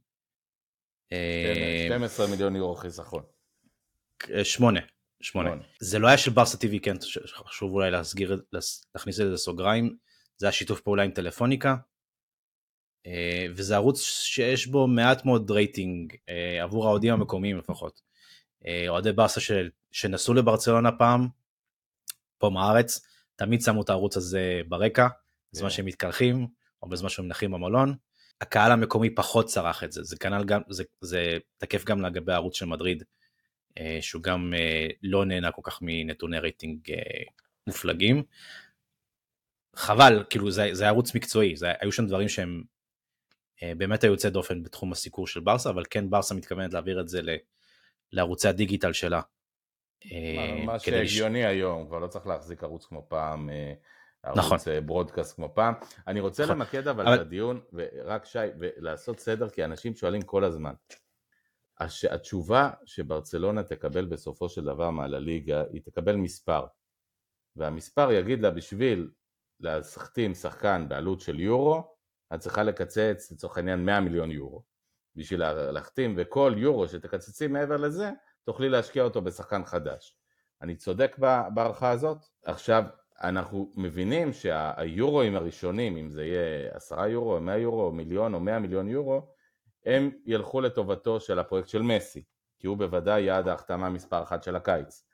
12 מיליון יורו חיסכון. 8. זה לא היה של ברסה TV, כן, חשוב אולי להכניס את זה לסוגריים, זה היה שיתוף פעולה עם טלפוניקה, וזה ערוץ שיש בו מעט מאוד רייטינג, עבור האוהדים המקומיים לפחות. אוהדי ברסה שנסעו לברצלונה פעם, פה מארץ, תמיד שמו את הערוץ הזה ברקע, בזמן שהם מתקלחים, או בזמן שהם מנחים במלון. הקהל המקומי פחות צרח את זה, זה תקף גם לגבי הערוץ של מדריד, שהוא גם לא נהנה כל כך מנתוני רייטינג מופלגים. חבל, כאילו זה ערוץ מקצועי, היו שם דברים שהם באמת היו יוצא דופן בתחום הסיקור של ברסה, אבל כן ברסה מתכוונת להעביר את זה לערוצי הדיגיטל שלה. מה שהגיוני היום, כבר לא צריך להחזיק ערוץ כמו פעם, ערוץ ברודקאסט כמו פעם. אני רוצה למקד אבל את הדיון, ורק שי, ולעשות סדר, כי אנשים שואלים כל הזמן. התשובה שברצלונה תקבל בסופו של דבר מעל הליגה, היא תקבל מספר, והמספר יגיד לה בשביל להחתים שחקן בעלות של יורו, את צריכה לקצץ לצורך העניין 100 מיליון יורו, בשביל להחתים, וכל יורו שתקצצי מעבר לזה, תוכלי להשקיע אותו בשחקן חדש. אני צודק בערכה הזאת? עכשיו, אנחנו מבינים שהיורואים הראשונים, אם זה יהיה 10 יורו, 100 יורו, מיליון או 100 מיליון יורו, הם ילכו לטובתו של הפרויקט של מסי, כי הוא בוודאי יעד ההחתמה מספר 1 של הקיץ.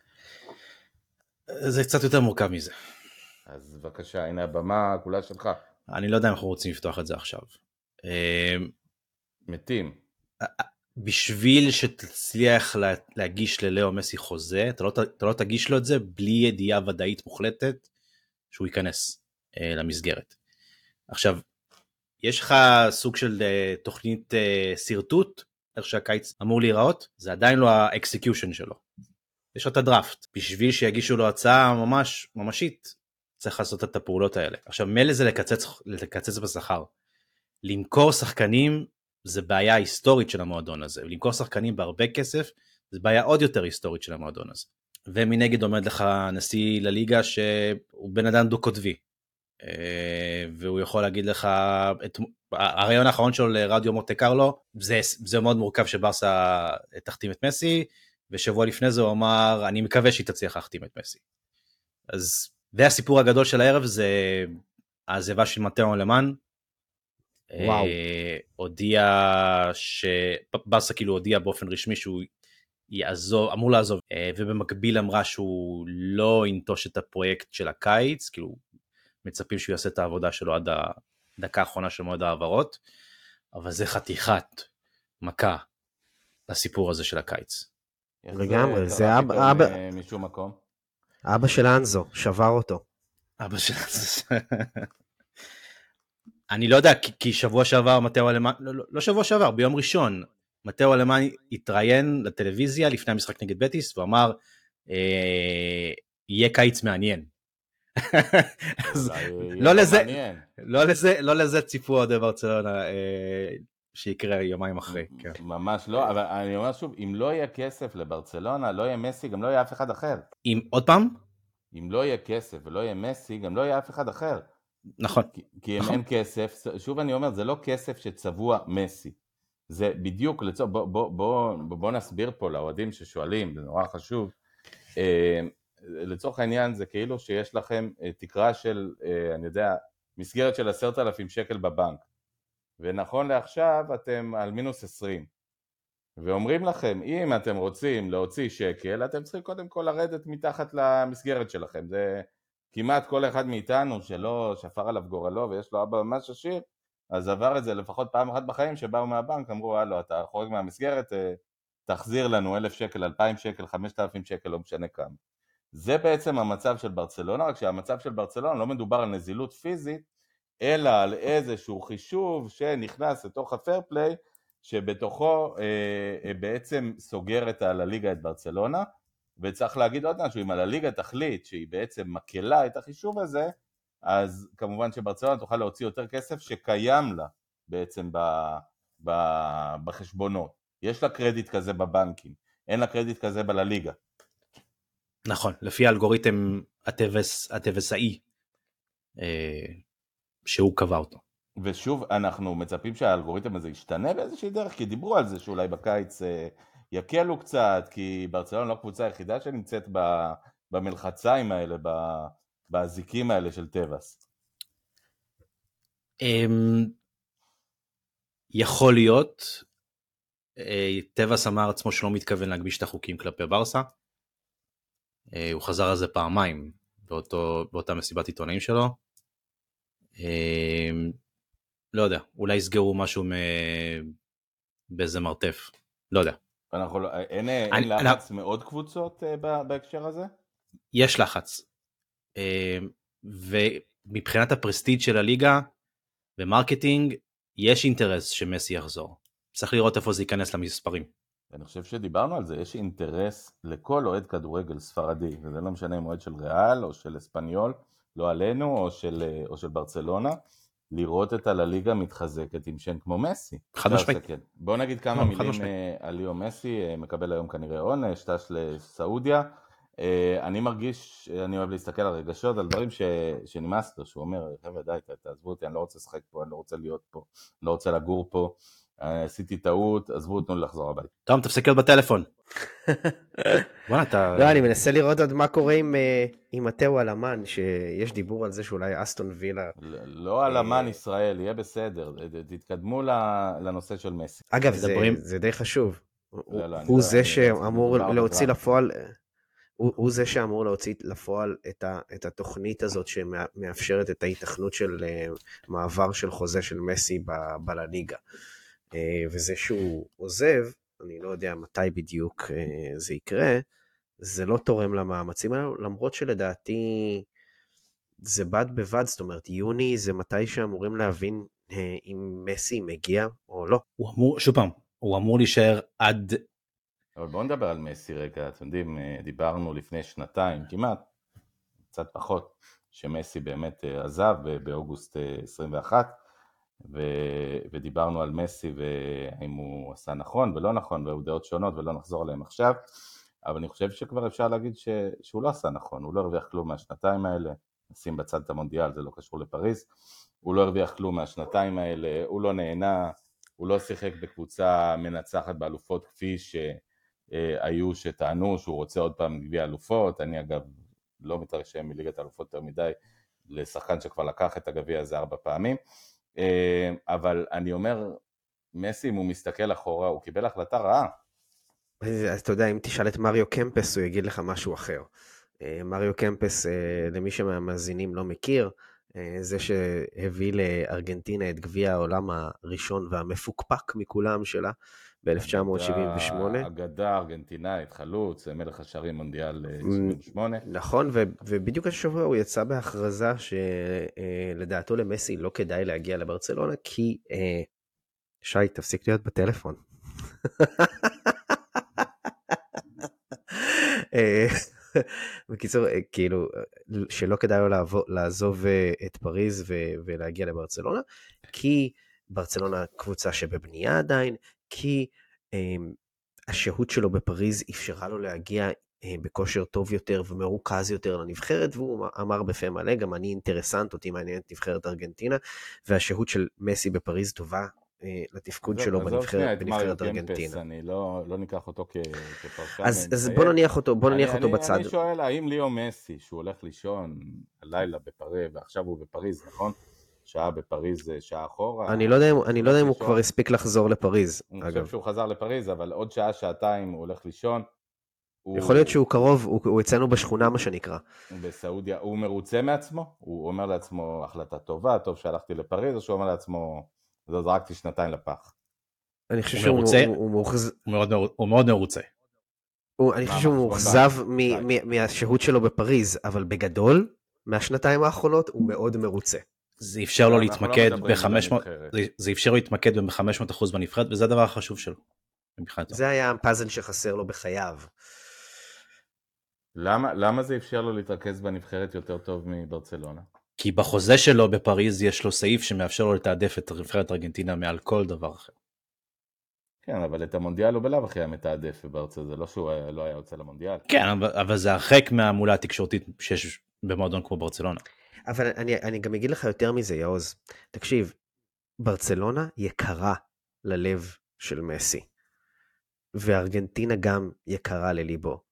זה קצת יותר מורכב מזה. אז בבקשה, הנה הבמה כולה שלך. אני לא יודע אם אנחנו רוצים לפתוח את זה עכשיו. מתים. בשביל שתצליח להגיש ללאו מסי חוזה, אתה לא תגיש לו את זה בלי ידיעה ודאית מוחלטת, שהוא ייכנס למסגרת. עכשיו, יש לך סוג של תוכנית סרטוט, איך שהקיץ אמור להיראות, זה עדיין לא האקסקיושן שלו. יש לו את הדראפט, בשביל שיגישו לו הצעה ממש ממשית, צריך לעשות את הפעולות האלה. עכשיו, מילא זה לקצץ בשכר. למכור שחקנים זה בעיה היסטורית של המועדון הזה, ולמכור שחקנים בהרבה כסף, זה בעיה עוד יותר היסטורית של המועדון הזה. ומנגד עומד לך נשיא לליגה שהוא בן אדם דו-קוטבי, והוא יכול להגיד לך, הרעיון האחרון שלו לרדיו מונטה קרלו, זה מאוד מורכב שברסה תחתים את מסי, ושבוע לפני זה הוא אמר, אני מקווה שהיא תצליח להחתים את מסי. אז והסיפור הגדול של הערב זה העזיבה של מתאו אלמן, וואו. הודיע ברסה כאילו הודיע באופן רשמי שהוא אמור לעזוב, ובמקביל אמרה שהוא לא ינטוש את הפרויקט של הקיץ, כאילו מצפים שהוא יעשה את העבודה שלו עד הדקה האחרונה של מועד העברות, אבל זה חתיכת מכה לסיפור הזה של הקיץ. לגמרי, זה משום מקום. אבא של אנזו, שבר אותו. אבא של אנזו. אני לא יודע, כי שבוע שעבר מתאו אלמן, לא שבוע שעבר, ביום ראשון, מתאו אלמן התראיין לטלוויזיה לפני המשחק נגד בטיס, והוא אמר, יהיה קיץ מעניין. לא לזה ציפו עוד ברצלונה שיקרה יומיים אחרי. ממש לא, אבל אני אומר שוב, אם לא יהיה כסף לברצלונה, לא יהיה מסי, גם לא יהיה אף אחד אחר. עוד פעם? אם לא יהיה כסף ולא יהיה מסי, גם לא יהיה אף אחד אחר. נכון. כי אם אין כסף, שוב אני אומר, זה לא כסף שצבוע מסי. זה בדיוק, בוא נסביר פה לאוהדים ששואלים, זה נורא חשוב. לצורך העניין זה כאילו שיש לכם תקרה של, אני יודע, מסגרת של 10,000 שקל בבנק. ונכון לעכשיו אתם על מינוס 20. ואומרים לכם, אם אתם רוצים להוציא שקל, אתם צריכים קודם כל לרדת מתחת למסגרת שלכם. זה כמעט כל אחד מאיתנו שלא שפר עליו גורלו ויש לו אבא ממש עשיר, אז עבר את זה לפחות פעם אחת בחיים שבאו מהבנק, אמרו, הלו, אתה חורג מהמסגרת, תחזיר לנו 1,000 שקל, 2,000 שקל, 5,000 שקל, לא משנה כמה. זה בעצם המצב של ברצלונה, רק שהמצב של ברצלונה לא מדובר על נזילות פיזית, אלא על איזשהו חישוב שנכנס לתוך הפייר פליי, שבתוכו בעצם סוגרת על הליגה את ברצלונה, וצריך להגיד עוד משהו, אם על הליגה תחליט שהיא בעצם מקלה את החישוב הזה, אז כמובן שברצלונה תוכל להוציא יותר כסף שקיים לה בעצם בחשבונות. יש לה קרדיט כזה בבנקים, אין לה קרדיט כזה בליגה. נכון, לפי האלגוריתם הטבסאי שהוא קבע אותו. ושוב, אנחנו מצפים שהאלגוריתם הזה ישתנה באיזושהי דרך, כי דיברו על זה שאולי בקיץ יקלו קצת, כי ברצלונה לא קבוצה היחידה שנמצאת במלחציים האלה, באזיקים האלה של טבס. יכול להיות, טבס אמר עצמו שלא מתכוון להגביש את החוקים כלפי ברסה, הוא חזר על זה פעמיים באותה מסיבת עיתונאים שלו, לא יודע, אולי יסגרו משהו באיזה מרתף, לא יודע. אין לחץ מאוד קבוצות בהקשר הזה? יש לחץ, ומבחינת הפרסטיג' של הליגה ומרקטינג, יש אינטרס שמסי יחזור. צריך לראות איפה זה ייכנס למספרים. אני חושב שדיברנו על זה, יש אינטרס לכל אוהד כדורגל ספרדי, וזה לא משנה אם אוהד של ריאל או של אספניול, לא עלינו, או של ברצלונה, לראות את הליגה מתחזקת עם שם כמו מסי. חד משמעית. בואו נגיד כמה מילים על ליאו מסי, מקבל היום כנראה עונש, טס לסעודיה. אני מרגיש, אני אוהב להסתכל על רגשות, על דברים שנמאס לו, שהוא אומר, חבר'ה די, תעזבו אותי, אני לא רוצה לשחק פה, אני לא רוצה להיות פה, אני לא רוצה לגור פה, עשיתי טעות, עזבו, תנו לי לחזור הביתה. תום, תפסיק להיות בטלפון. לא, אני מנסה לראות עוד מה קורה עם מתאו אלמן, שיש דיבור על זה שאולי אסטון וילה. לא אלמן ישראל, יהיה בסדר, תתקדמו לנושא של מסי. אגב, זה די חשוב. הוא זה שאמור להוציא לפועל, הוא זה שאמור להוציא לפועל את התוכנית הזאת שמאפשרת את ההיתכנות של מעבר של חוזה של מסי בליגה. וזה שהוא עוזב, אני לא יודע מתי בדיוק זה יקרה, זה לא תורם למאמצים האלו, למרות שלדעתי זה בד בבד, זאת אומרת, יוני זה מתי שאמורים להבין אם מסי מגיע או לא. שוב פעם, הוא אמור להישאר עד... אבל בואו נדבר על מסי רגע, אתם יודעים, דיברנו לפני שנתיים, כמעט, קצת פחות, שמסי באמת עזב באוגוסט 21, ודיברנו על מסי והאם הוא עשה נכון ולא נכון, והיו דעות שונות ולא נחזור עליהם עכשיו, אבל אני חושב שכבר אפשר להגיד שהוא לא עשה נכון, הוא לא הרוויח כלום מהשנתיים האלה, נשים בצד את המונדיאל, זה לא קשור לפריז, הוא לא הרוויח כלום מהשנתיים האלה, הוא לא נהנה, הוא לא שיחק בקבוצה מנצחת באלופות כפי שהיו שטענו שהוא רוצה עוד פעם גביע אלופות, אני אגב לא מתרשם מליגת האלופות יותר מדי לשחקן שכבר לקח את הגביע הזה 4 פעמים, אבל אני אומר, מסי אם הוא מסתכל אחורה, הוא קיבל החלטה רעה. אז אתה יודע, אם תשאל את מריו קמפס, הוא יגיד לך משהו אחר. מריו קמפס, למי שמאזינים לא מכיר, זה שהביא לארגנטינה את גביע העולם הראשון והמפוקפק מכולם שלה ב-1978. אגדה ארגנטינאית, חלוץ, מלך השערים מונדיאל 78. נכון, ובדיוק השבוע הוא יצא בהכרזה שלדעתו למסי לא כדאי להגיע לברצלונה, כי... שי, תפסיק להיות בטלפון. בקיצור, כאילו, שלא כדאי לו לעזוב את פריז ולהגיע לברצלונה, כי ברצלונה קבוצה שבבנייה עדיין, כי השהות שלו בפריז אפשרה לו להגיע בכושר טוב יותר ומרוכז יותר לנבחרת, והוא אמר בפה מלא, גם אני אינטרסנט, אותי מעניינת נבחרת ארגנטינה, והשהות של מסי בפריז טובה לתפקוד שלו בנבחרת ארגנטינה. אני לא ניקח אותו כפרשן. אז בוא נניח אותו בצד. אני שואל, האם ליאו מסי, שהוא הולך לישון הלילה בפריז, ועכשיו הוא בפריז, נכון? שעה בפריז, שעה אחורה. אני לא יודע אם הוא כבר הספיק לחזור לפריז, אגב. אני חושב שהוא חזר לפריז, אבל עוד שעה, שעתיים הוא הולך לישון. יכול להיות שהוא קרוב, הוא אצלנו בשכונה, מה שנקרא. בסעודיה, הוא מרוצה מעצמו? הוא אומר לעצמו, החלטה טובה, טוב שהלכתי לפריז, או שהוא אומר לעצמו, זרקתי 2 לפח? אני חושב שהוא מאוד מרוצה. אני חושב שהוא מאוכזב מהשהות שלו בפריז, אבל בגדול, מהשנתיים האחרונות, הוא מאוד מרוצה. זה אפשר לו להתמקד ב-500% בנבחרת, וזה הדבר החשוב שלו. זה היה הפאזל שחסר לו בחייו. למה זה אפשר לו להתרכז בנבחרת יותר טוב מברצלונה? כי בחוזה שלו בפריז יש לו סעיף שמאפשר לו לתעדף את נבחרת ארגנטינה מעל כל דבר אחר. כן, אבל את המונדיאל הוא בלב אחרי המתעדף בברצלונה, זה לא שהוא לא היה יוצא למונדיאל. כן, אבל זה הרחק מהמולה התקשורתית שיש במועדון כמו ברצלונה. אבל אני גם אגיד לך יותר מזה, יעוז. תקשיב, ברצלונה יקרה ללב של מסי, וארגנטינה גם יקרה לליבו.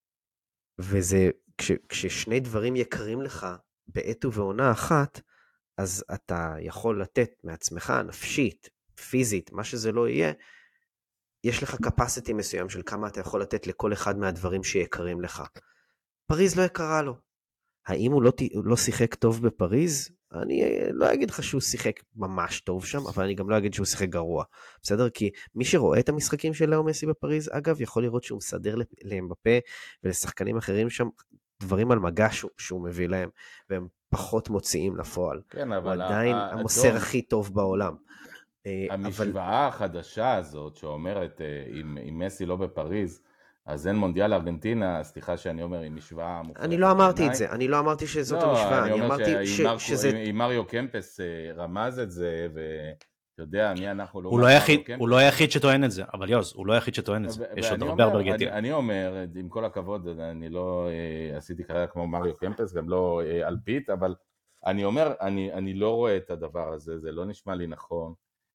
וזה, כששני דברים יקרים לך בעת ובעונה אחת, אז אתה יכול לתת מעצמך, נפשית, פיזית, מה שזה לא יהיה, יש לך capacity מסוים של כמה אתה יכול לתת לכל אחד מהדברים שיקרים לך. פריז לא יקרה לו. האם הוא לא שיחק טוב בפריז? אני לא אגיד לך שהוא שיחק ממש טוב שם, אבל אני גם לא אגיד שהוא שיחק גרוע. בסדר? כי מי שרואה את המשחקים של לאו מסי בפריז, אגב, יכול לראות שהוא מסדר לאמבפה ולשחקנים אחרים שם דברים על מגע שהוא מביא להם, והם פחות מוציאים לפועל. כן, אבל הוא עדיין המוסר הכי טוב בעולם. המשוואה החדשה הזאת שאומרת, אם מסי לא בפריז, אז אין מונדיאל ארגנטינה, סליחה שאני אומר, היא משוואה מופרחת. אני לא אמרתי את זה, אני לא אמרתי שזאת המשוואה, אני אמרתי שזה... אם מריו קמפס רמז את זה, ואתה יודע, מי אנחנו לא... הוא לא היחיד שטוען את זה, אבל יוז, הוא לא היחיד שטוען את זה, יש עוד הרבה ארגנטינה. אני אומר, עם כל הכבוד, אני לא עשיתי קריירה כמו מריו קמפס, גם לא אלפית, אבל אני אומר, אני לא רואה את הדבר הזה, זה לא נשמע לי נכון.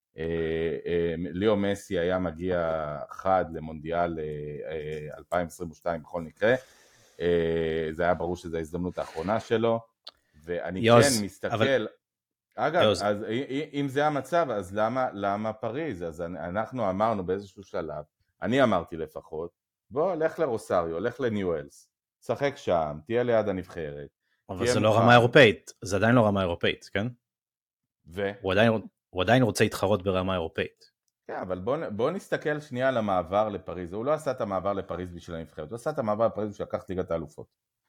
ליאו מסי היה מגיע חד למונדיאל 2022 בכל מקרה, זה היה ברור שזו ההזדמנות האחרונה שלו, ואני כן מסתכל, אגב, אז אם זה המצב, אז למה פריז? אז אנחנו אמרנו באיזשהו שלב, אני אמרתי לפחות, בוא, לך לרוסריו, לך לניואלס, שחק שם, תהיה ליד הנבחרת. אבל זה לא רמה אירופאית, זה עדיין לא רמה אירופאית, כן? הוא עדיין רוצה להתחרות ברמה אירופאית. כן, אבל בוא נסתכל שנייה על המעבר לפריז. הוא לא עשה את המעבר לפריז בשביל הנבחרת, הוא עשה את המעבר לפריז בשביל לקחת ליגת האלופות.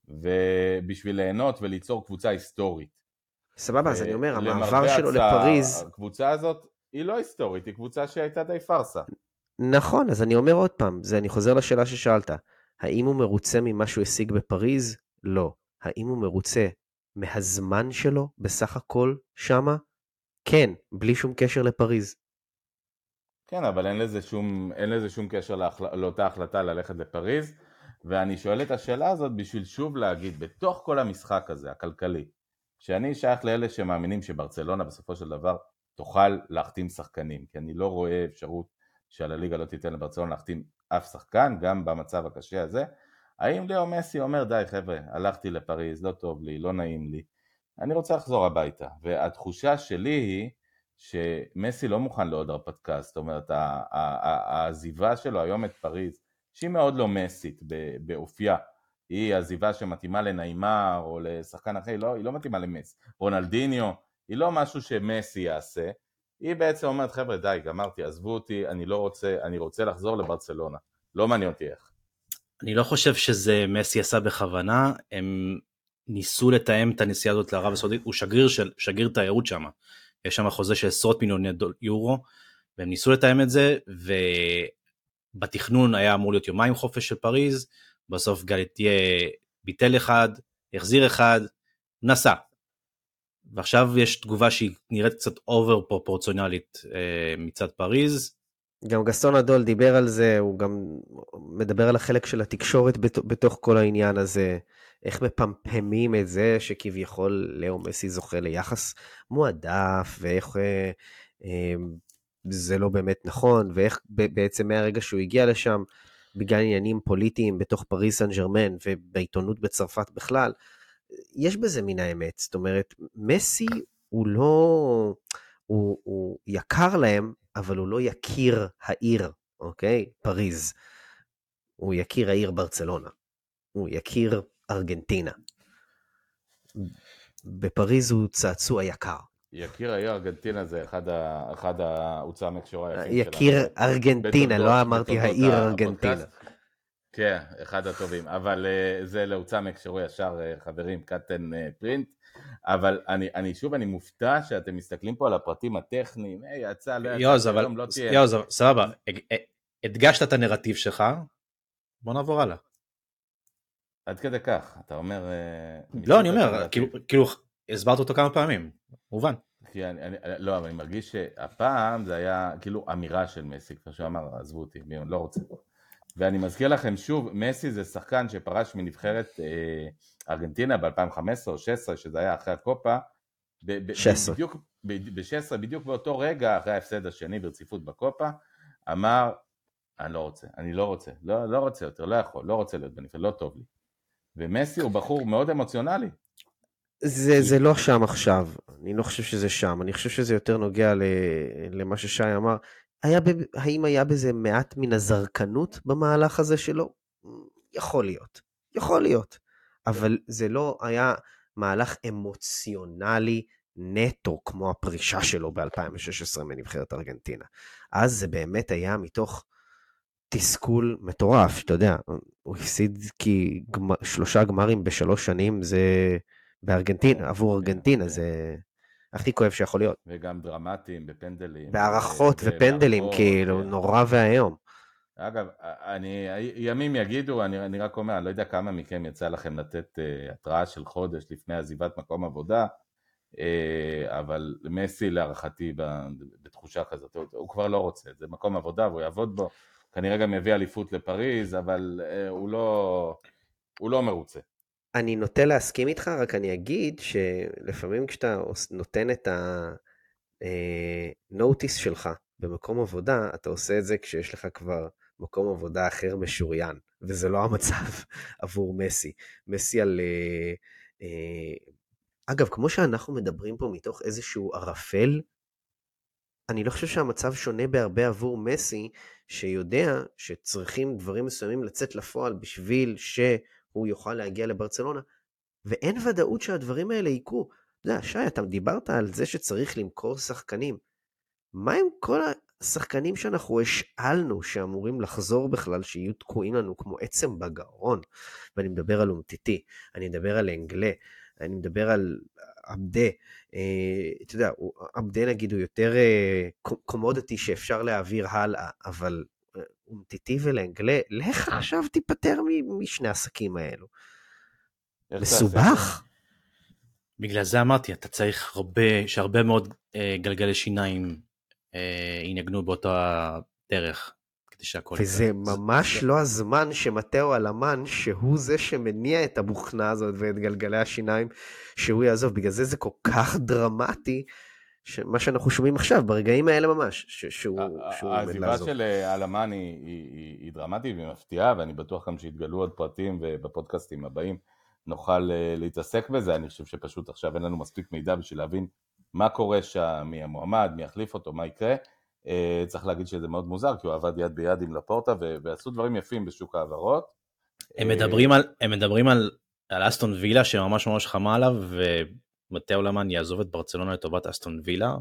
ובשביל ליהנות וליצור קבוצה היסטורית. סבבה, אז אני אומר, המעבר למרבה שלו הצער, לפריז... הקבוצה הזאת היא לא היסטורית, היא קבוצה שהייתה די פרסה. נכון, אז אני אומר עוד פעם, אני חוזר לשאלה ששאלת. האם הוא מרוצה ממה שהוא השיג בפריז? לא. האם הוא מרוצה מהזמן שלו בסך הכל שמה? כן, בלי שום קשר לפריז. כן, אבל אין לזה שום קשר לאותה החלטה ללכת לפריז, ואני שואל את השאלה הזאת בשביל שוב להגיד, בתוך כל המשחק הזה, הכלכלי, שאני שייך לאלה שמאמינים שברצלונה בסופו של דבר תוכל להחתים שחקנים, כי אני לא רואה אפשרות שעל הליגה לא תיתן לברצלונה להחתים אף שחקן, גם במצב הקשה הזה. האם ליאו מסי אומר, די חבר'ה, הלכתי לפריז, לא טוב לי, לא נעים לי, אני רוצה לחזור הביתה, והתחושה שלי היא שמסי לא מוכן לעוד הרפתקה, זאת אומרת, העזיבה שלו היום את פריז, שהיא מאוד לא מסית באופייה, היא עזיבה שמתאימה לניימר או לשחקן אחר, היא לא מתאימה למסי, רונלדיניו, היא לא משהו שמסי יעשה, היא בעצם אומרת, חבר'ה די, גמרתי, עזבו אותי, אני רוצה לחזור לברצלונה, לא מעניין אותי איך. אני לא חושב שזה מסי עשה בכוונה, הם ניסו לתאם את הנסיעה הזאת לערב הסעודית, הוא שגריר תיירות שם, יש שם חוזה של עשרות מיליוני יורו, והם ניסו לתאם את זה, ובתכנון היה אמור להיות יומיים חופש של פריז, בסוף גלטיה ביטל אחד, החזיר אחד, נסע. ועכשיו יש תגובה שהיא נראית קצת אובר פרופורציונלית מצד פריז. גם גסטון אדול דיבר על זה, הוא גם מדבר על החלק של התקשורת בתוך כל העניין הזה, איך מפמפמים את זה שכביכול לאו מסי זוכה ליחס מועדף, ואיך זה לא באמת נכון, ואיך בעצם מהרגע שהוא הגיע לשם, בגלל עניינים פוליטיים בתוך פריז סן ז'רמן, ובעיתונות בצרפת בכלל, יש בזה מן האמת, זאת אומרת, מסי הוא לא, הוא יקר להם, אבל הוא לא יכיר העיר, אוקיי? פריז. הוא יכיר העיר ברצלונה. הוא יכיר ארגנטינה. בפריז הוא צעצוע יקר. יכיר העיר ארגנטינה זה אחד ההוצאה מקשורה היפים שלנו. יכיר ארגנטינה, לא אמרתי העיר ארגנטינה. כן, אחד הטובים, אבל זה להוצאה מקשרו ישר חברים, קטן פרינט, אבל אני מופתע שאתם מסתכלים פה על הפרטים הטכניים, יצא, לא יצא, היום לא תהיה. יוז, סבבה, הדגשת את הנרטיב שלך, בוא נעבור הלאה. עד כדי כך, אתה אומר... לא, אני אומר, כאילו, הסברת אותו כמה פעמים, מובן. לא, אבל אני מרגיש שהפעם זה היה כאילו אמירה של מסי, כמו שאמר, עזבו אותי, לא רוצה. ואני מזכיר לכם שוב, מסי זה שחקן שפרש מנבחרת ארגנטינה ב-2015 או 2016, שזה היה אחרי הקופה, ב-16, בדיוק באותו רגע, אחרי ההפסד השני ברציפות בקופה, אמר, אני לא רוצה יותר, לא יכול, לא רוצה להיות בנבחרת, לא טוב לי. ומסי הוא בחור מאוד אמוציונלי. זה לא שם עכשיו, אני לא חושב שזה שם, אני חושב שזה יותר נוגע למה ששי אמר, האם היה בזה מעט מן הזרקנות במהלך הזה שלו? יכול להיות, אבל זה לא היה מהלך אמוציונלי נטו כמו הפרישה שלו ב-2016 מנבחרת ארגנטינה. אז זה באמת היה מתוך תסכול מטורף, אתה יודע, הוא הפסיד כי 3 גמרים ב3 שנים זה בארגנטינה, עבור ארגנטינה זה... הכי כואב שיכול להיות. וגם דרמטיים בפנדלים. בערכות ופנדלים, כאילו, נורא והיום. אגב, ימים יגידו, אני רק אומר, אני לא יודע כמה מכם יצא לכם לתת התראה של חודש לפני עזיבת מקום עבודה, אבל מסי להערכתי בתחושה כזאת, הוא כבר לא רוצה, זה מקום עבודה והוא יעבוד בו, כנראה גם יביא אליפות לפריז, אבל הוא לא מרוצה. אני נוטה להסכים איתך, רק אני אגיד שלפעמים כשאתה נותן את הנוטיס שלך במקום עבודה, אתה עושה את זה כשיש לך כבר מקום עבודה אחר משוריין, וזה לא המצב עבור מסי. מסי על... אגב, כמו שאנחנו מדברים פה מתוך איזשהו ערפל, אני לא חושב שהמצב שונה בהרבה עבור מסי, שיודע שצריכים דברים מסוימים לצאת לפועל בשביל שהוא יוכל להגיע לברצלונה, ואין ודאות שהדברים האלה יקרו. אתה יודע, שי, אתה דיברת על זה שצריך למכור שחקנים. מה עם כל שחקנים שאנחנו השאלנו שאמורים לחזור בכלל, שיהיו תקועים לנו כמו עצם בגרון, ואני מדבר על אומטיטי, אני מדבר על אנגלה, אני מדבר על עבדה, אתה יודע, עבדה נגיד הוא יותר קומודיטי שאפשר להעביר הלאה, אבל אומטיטי ולאנגלה, לך עכשיו תיפטר משני העסקים האלו. מסובך? בגלל זה אמרתי, אתה צריך שהרבה מאוד גלגלי שיניים ינגנו באותה דרך, כדי שהכל... וזה ממש לא הזמן שמטאו אלמן, שהוא זה שמניע את הבוכנה הזאת ואת גלגלי השיניים, שהוא יעזוב. בגלל זה זה כל כך דרמטי, מה שאנחנו שומעים עכשיו, ברגעים האלה ממש, שהוא העזיבה של אלמן היא דרמטית ומפתיעה, ואני בטוח גם שיתגלו עוד פרטים, ובפודקאסטים הבאים נוכל להתעסק בזה. אני חושב שפשוט עכשיו אין לנו מספיק מידע בשביל להבין מה קורה שם, מי המועמד, מי יחליף אותו, מה יקרה. צריך להגיד שזה מאוד מוזר, כי הוא עבד יד ביד עם לפורטה, ועשו דברים יפים בשוק העברות. הם מדברים על אסטון וילה, שממש ממש חמה עליו, ומטאו אלמן יעזוב את ברצלונה לטובת אסטון וילה.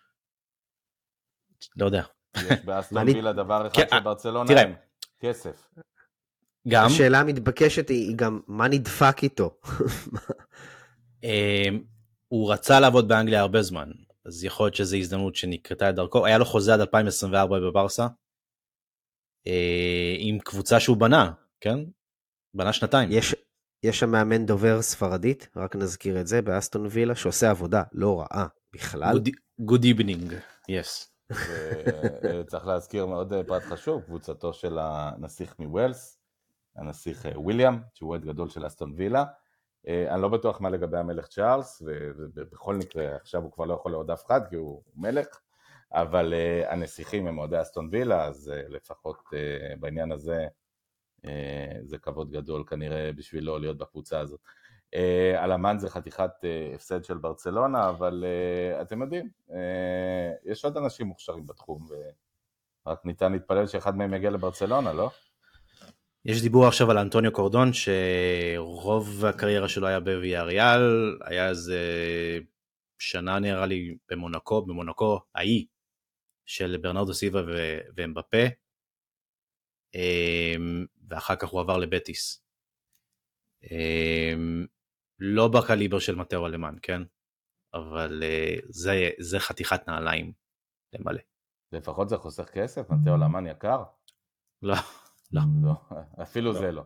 לא יודע. יש באסטון וילה דבר אחד שברצלונה אין, כסף. גם השאלה המתבקשת היא גם, מה נדפק איתו? הוא רצה לעבוד באנגליה הרבה זמן, אז יכול להיות שזו הזדמנות שנקרתה את דרכו. היה לו חוזה עד 2024 בברסה, עם קבוצה שהוא בנה, כן? בנה שנתיים. יש שם מאמן דובר ספרדית, רק נזכיר את זה, באסטון וילה, שעושה עבודה לא רעה בכלל. Good evening, yes. צריך להזכיר מאוד פרט חשוב, קבוצתו של הנסיך מווילס, הנסיך וויליאם, שהוא עד גדול של אסטון וילה. אני לא בטוח מה לגבי המלך צ'ארלס, ובכל מקרה עכשיו הוא כבר לא יכול לעוד אף אחד, כי הוא מלך, אבל הנסיכים הם אוהדי אסטון וילה, אז לפחות בעניין הזה, זה כבוד גדול כנראה בשבילו להיות בקבוצה הזאת. אלמן זה חתיכת הפסד של ברצלונה, אבל אתם יודעים, יש עוד אנשים מוכשרים בתחום, ורק ניתן להתפלל שאחד מהם יגיע לברצלונה, לא? יש דיבור עכשיו על אנטוניו קורדון, שרוב הקריירה שלו היה בוויאריאל, היה איזה שנה נראה לי במונקו האי של ברנרדו סילבה ואמבפה, ואחר כך הוא עבר לבטיס. לא בקליבר של מטאו אלמן, כן? אבל זה חתיכת נעליים למלא. לפחות זה חוסך כסף, מטאו אלמן יקר? לא. אפילו זה לא.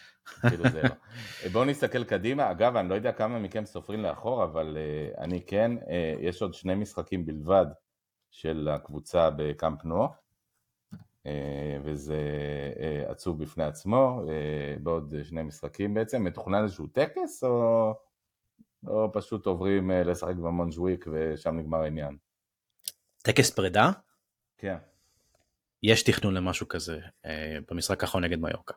בואו נסתכל קדימה. אגב, אני לא יודע כמה מכם סופרים לאחור, אבל אני כן, יש עוד 2 משחקים בלבד של הקבוצה בקאמפ נו, וזה עצוב בפני עצמו. בעוד 2 משחקים בעצם. מתוכנן איזשהו טקס, או פשוט עוברים לשחק במונג'וויק ושם נגמר העניין? טקס פרידה? כן. יש תכנון למשהו כזה במשחק האחרון נגד מיורקה.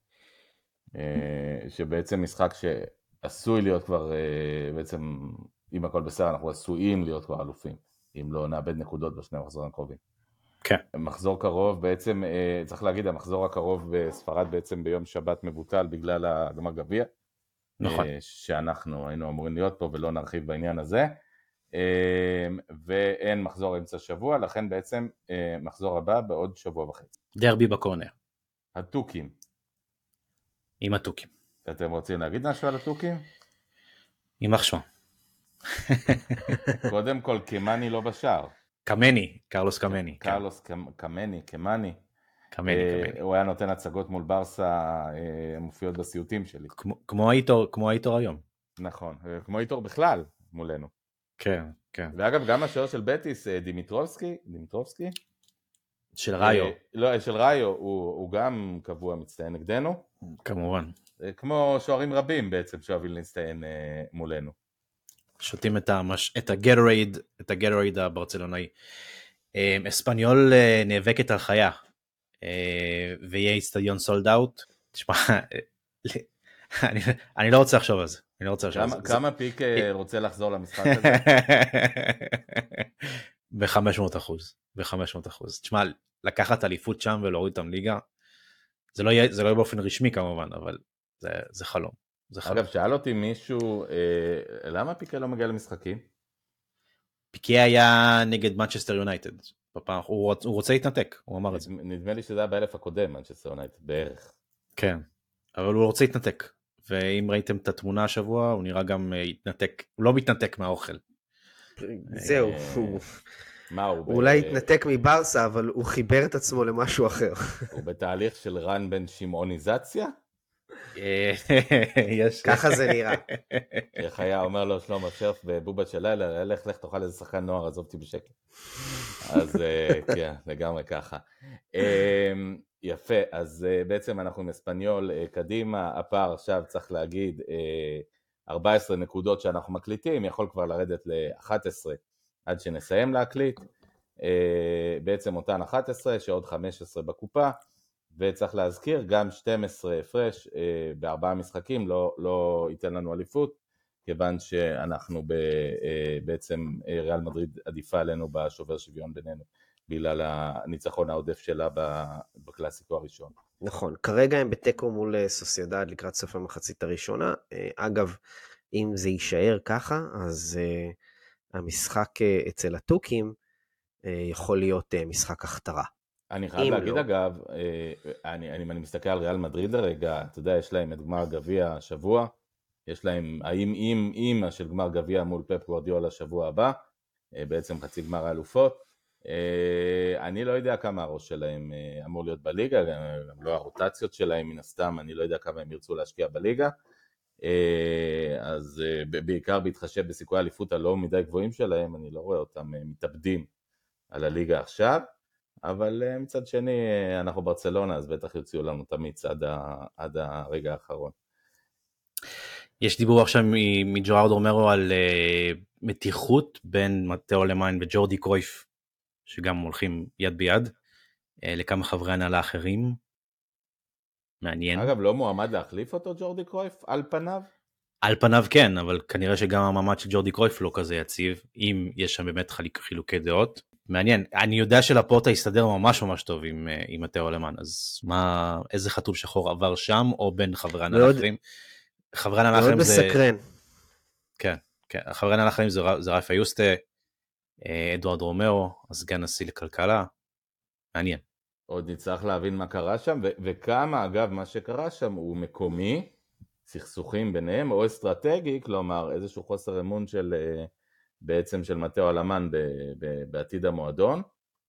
שבעצם משחק שעשוי להיות כבר, בעצם אם הכל בסדר, אנחנו עשויים להיות כבר אלופים, אם לא נאבד נקודות בשני המחזורים הקרובים. כן. מחזור קרוב, בעצם צריך להגיד, המחזור הקרוב בספרד בעצם ביום שבת מבוטל בגלל הגמר גביע. נכון. שאנחנו היינו אמורים להיות פה ולא נרחיב בעניין הזה. ואין מחזור אמצע שבוע, לכן בעצם מחזור הבא בעוד שבוע וחצי. דרבי בקורנר. הטוקים. עם הטוקים. אתם רוצים להגיד משהו על הטוקים? יימח שמם. קודם כל, קמני לא בשער. קרלוס קמני. קרלוס קמני. הוא היה נותן הצגות מול ברסה, מופיעות בסיוטים שלי. כמו האיתור היום. נכון, כמו האיתור בכלל מולנו. כן, כן. ואגב, גם השוער של בטיס, דימיטרובסקי? של ראיו. לא, של ראיו, הוא גם קבוע מצטיין נגדנו. כמובן. כמו שוערים רבים בעצם שאוהבים להצטיין מולנו. שותים את הגטורייד הברצלונאי. אספניול נאבקת על חיה, ויהיה איצטדיון סולד אאוט. תשמע, אני לא רוצה לחשוב על זה. כמה פיק רוצה לחזור למשחק הזה? ב-500%. תשמע, לקחת אליפות שם ולהוריד אותם ליגה, זה לא יהיה באופן רשמי כמובן, אבל זה חלום. אגב, שאל אותי מישהו, למה פיקה לא מגיע למשחקים? פיקה היה נגד מנצ'סטר יונייטד, הוא רוצה להתנתק, הוא אמר את זה. נדמה לי שזה היה באלף הקודם, מנצ'סטר יונייטד, בערך. כן, אבל הוא רוצה להתנתק, ואם ראיתם את התמונה השבוע, הוא נראה גם התנתק, הוא לא מתנתק מהאוכל. זהו, הוא אולי התנתק מברסה, אבל הוא חיבר את עצמו למשהו אחר. הוא בתהליך של רן בן שמעוניזציה? ככה זה נראה. איך היה אומר לו שלמה שרף בבובה של לילה, לך תאכל איזה שחקן נוער, עזוב אותי בשקט. אז כן, לגמרי ככה. יפה, אז בעצם אנחנו עם אספניול קדימה, הפער עכשיו צריך להגיד 14 נקודות שאנחנו מקליטים, יכול כבר לרדת ל-11 עד שנסיים להקליט, בעצם אותן 11 שעוד 15 בקופה, וצריך להזכיר גם 12 הפרש בארבעה משחקים לא ייתן לנו אליפות, כיוון שאנחנו בעצם ריאל מדריד עדיפה עלינו בשובר שוויון בינינו, בגלל הניצחון העודף שלה בקלאסיקו הראשון. נכון, כרגע הם בתיקו מול סוסיידד לקראת סוף המחצית הראשונה. אגב, אם זה יישאר ככה, אז המשחק אצל הטוקים יכול להיות משחק הכתרה. אני חייב להגיד אגב, אני מסתכל על ריאל מדריד הרגע, אתה יודע, יש להם את גמר גביע השבוע, יש להם האם של גמר גביע מול פפ גוארדיולה השבוע הבא, בעצם חצי גמר האלופות, אני לא יודע כמה הראש שלהם אמור להיות בליגה, גם לא הרוטציות שלהם מן הסתם, אני לא יודע כמה הם ירצו להשקיע בליגה, אז בעיקר בהתחשב בסיכוי האליפות הלא מדי גבוהים שלהם, אני לא רואה אותם מתאבדים על הליגה עכשיו, אבל מצד שני אנחנו ברצלונה, אז בטח יוציאו לנו את המיץ עד הרגע האחרון. יש דיבור עכשיו מג'רארד רומרו על מתיחות בין מתאו אלמן וג'ורדי קרויף, שגם הולכים יד ביד, לכמה חברי הנהלה אחרים. מעניין. אגב, לא מועמד להחליף אותו ג'ורדי קרויף על פניו? על פניו כן, אבל כנראה שגם המעמד של ג'ורדי קרויף לא כזה יציב, אם יש שם באמת חילוקי דעות. מעניין, אני יודע שלפורטה יסתדר ממש ממש טוב עם מתאו אלמן, אז איזה חתול שחור עבר שם, או בין חברי הנהלה האחרים? חברי הנהלה האחרים זה... מאוד מסקרן. כן, חברי הנהלה האחרים זה רייפה יוסטה, אדוארד רומרו, הסגן נשיא לכלכלה, מעניין. עוד נצטרך להבין מה קרה שם, וכמה אגב מה שקרה שם הוא מקומי, סכסוכים ביניהם, או אסטרטגי, כלומר איזשהו חוסר אמון בעצם של מתאו אלמן בעתיד המועדון,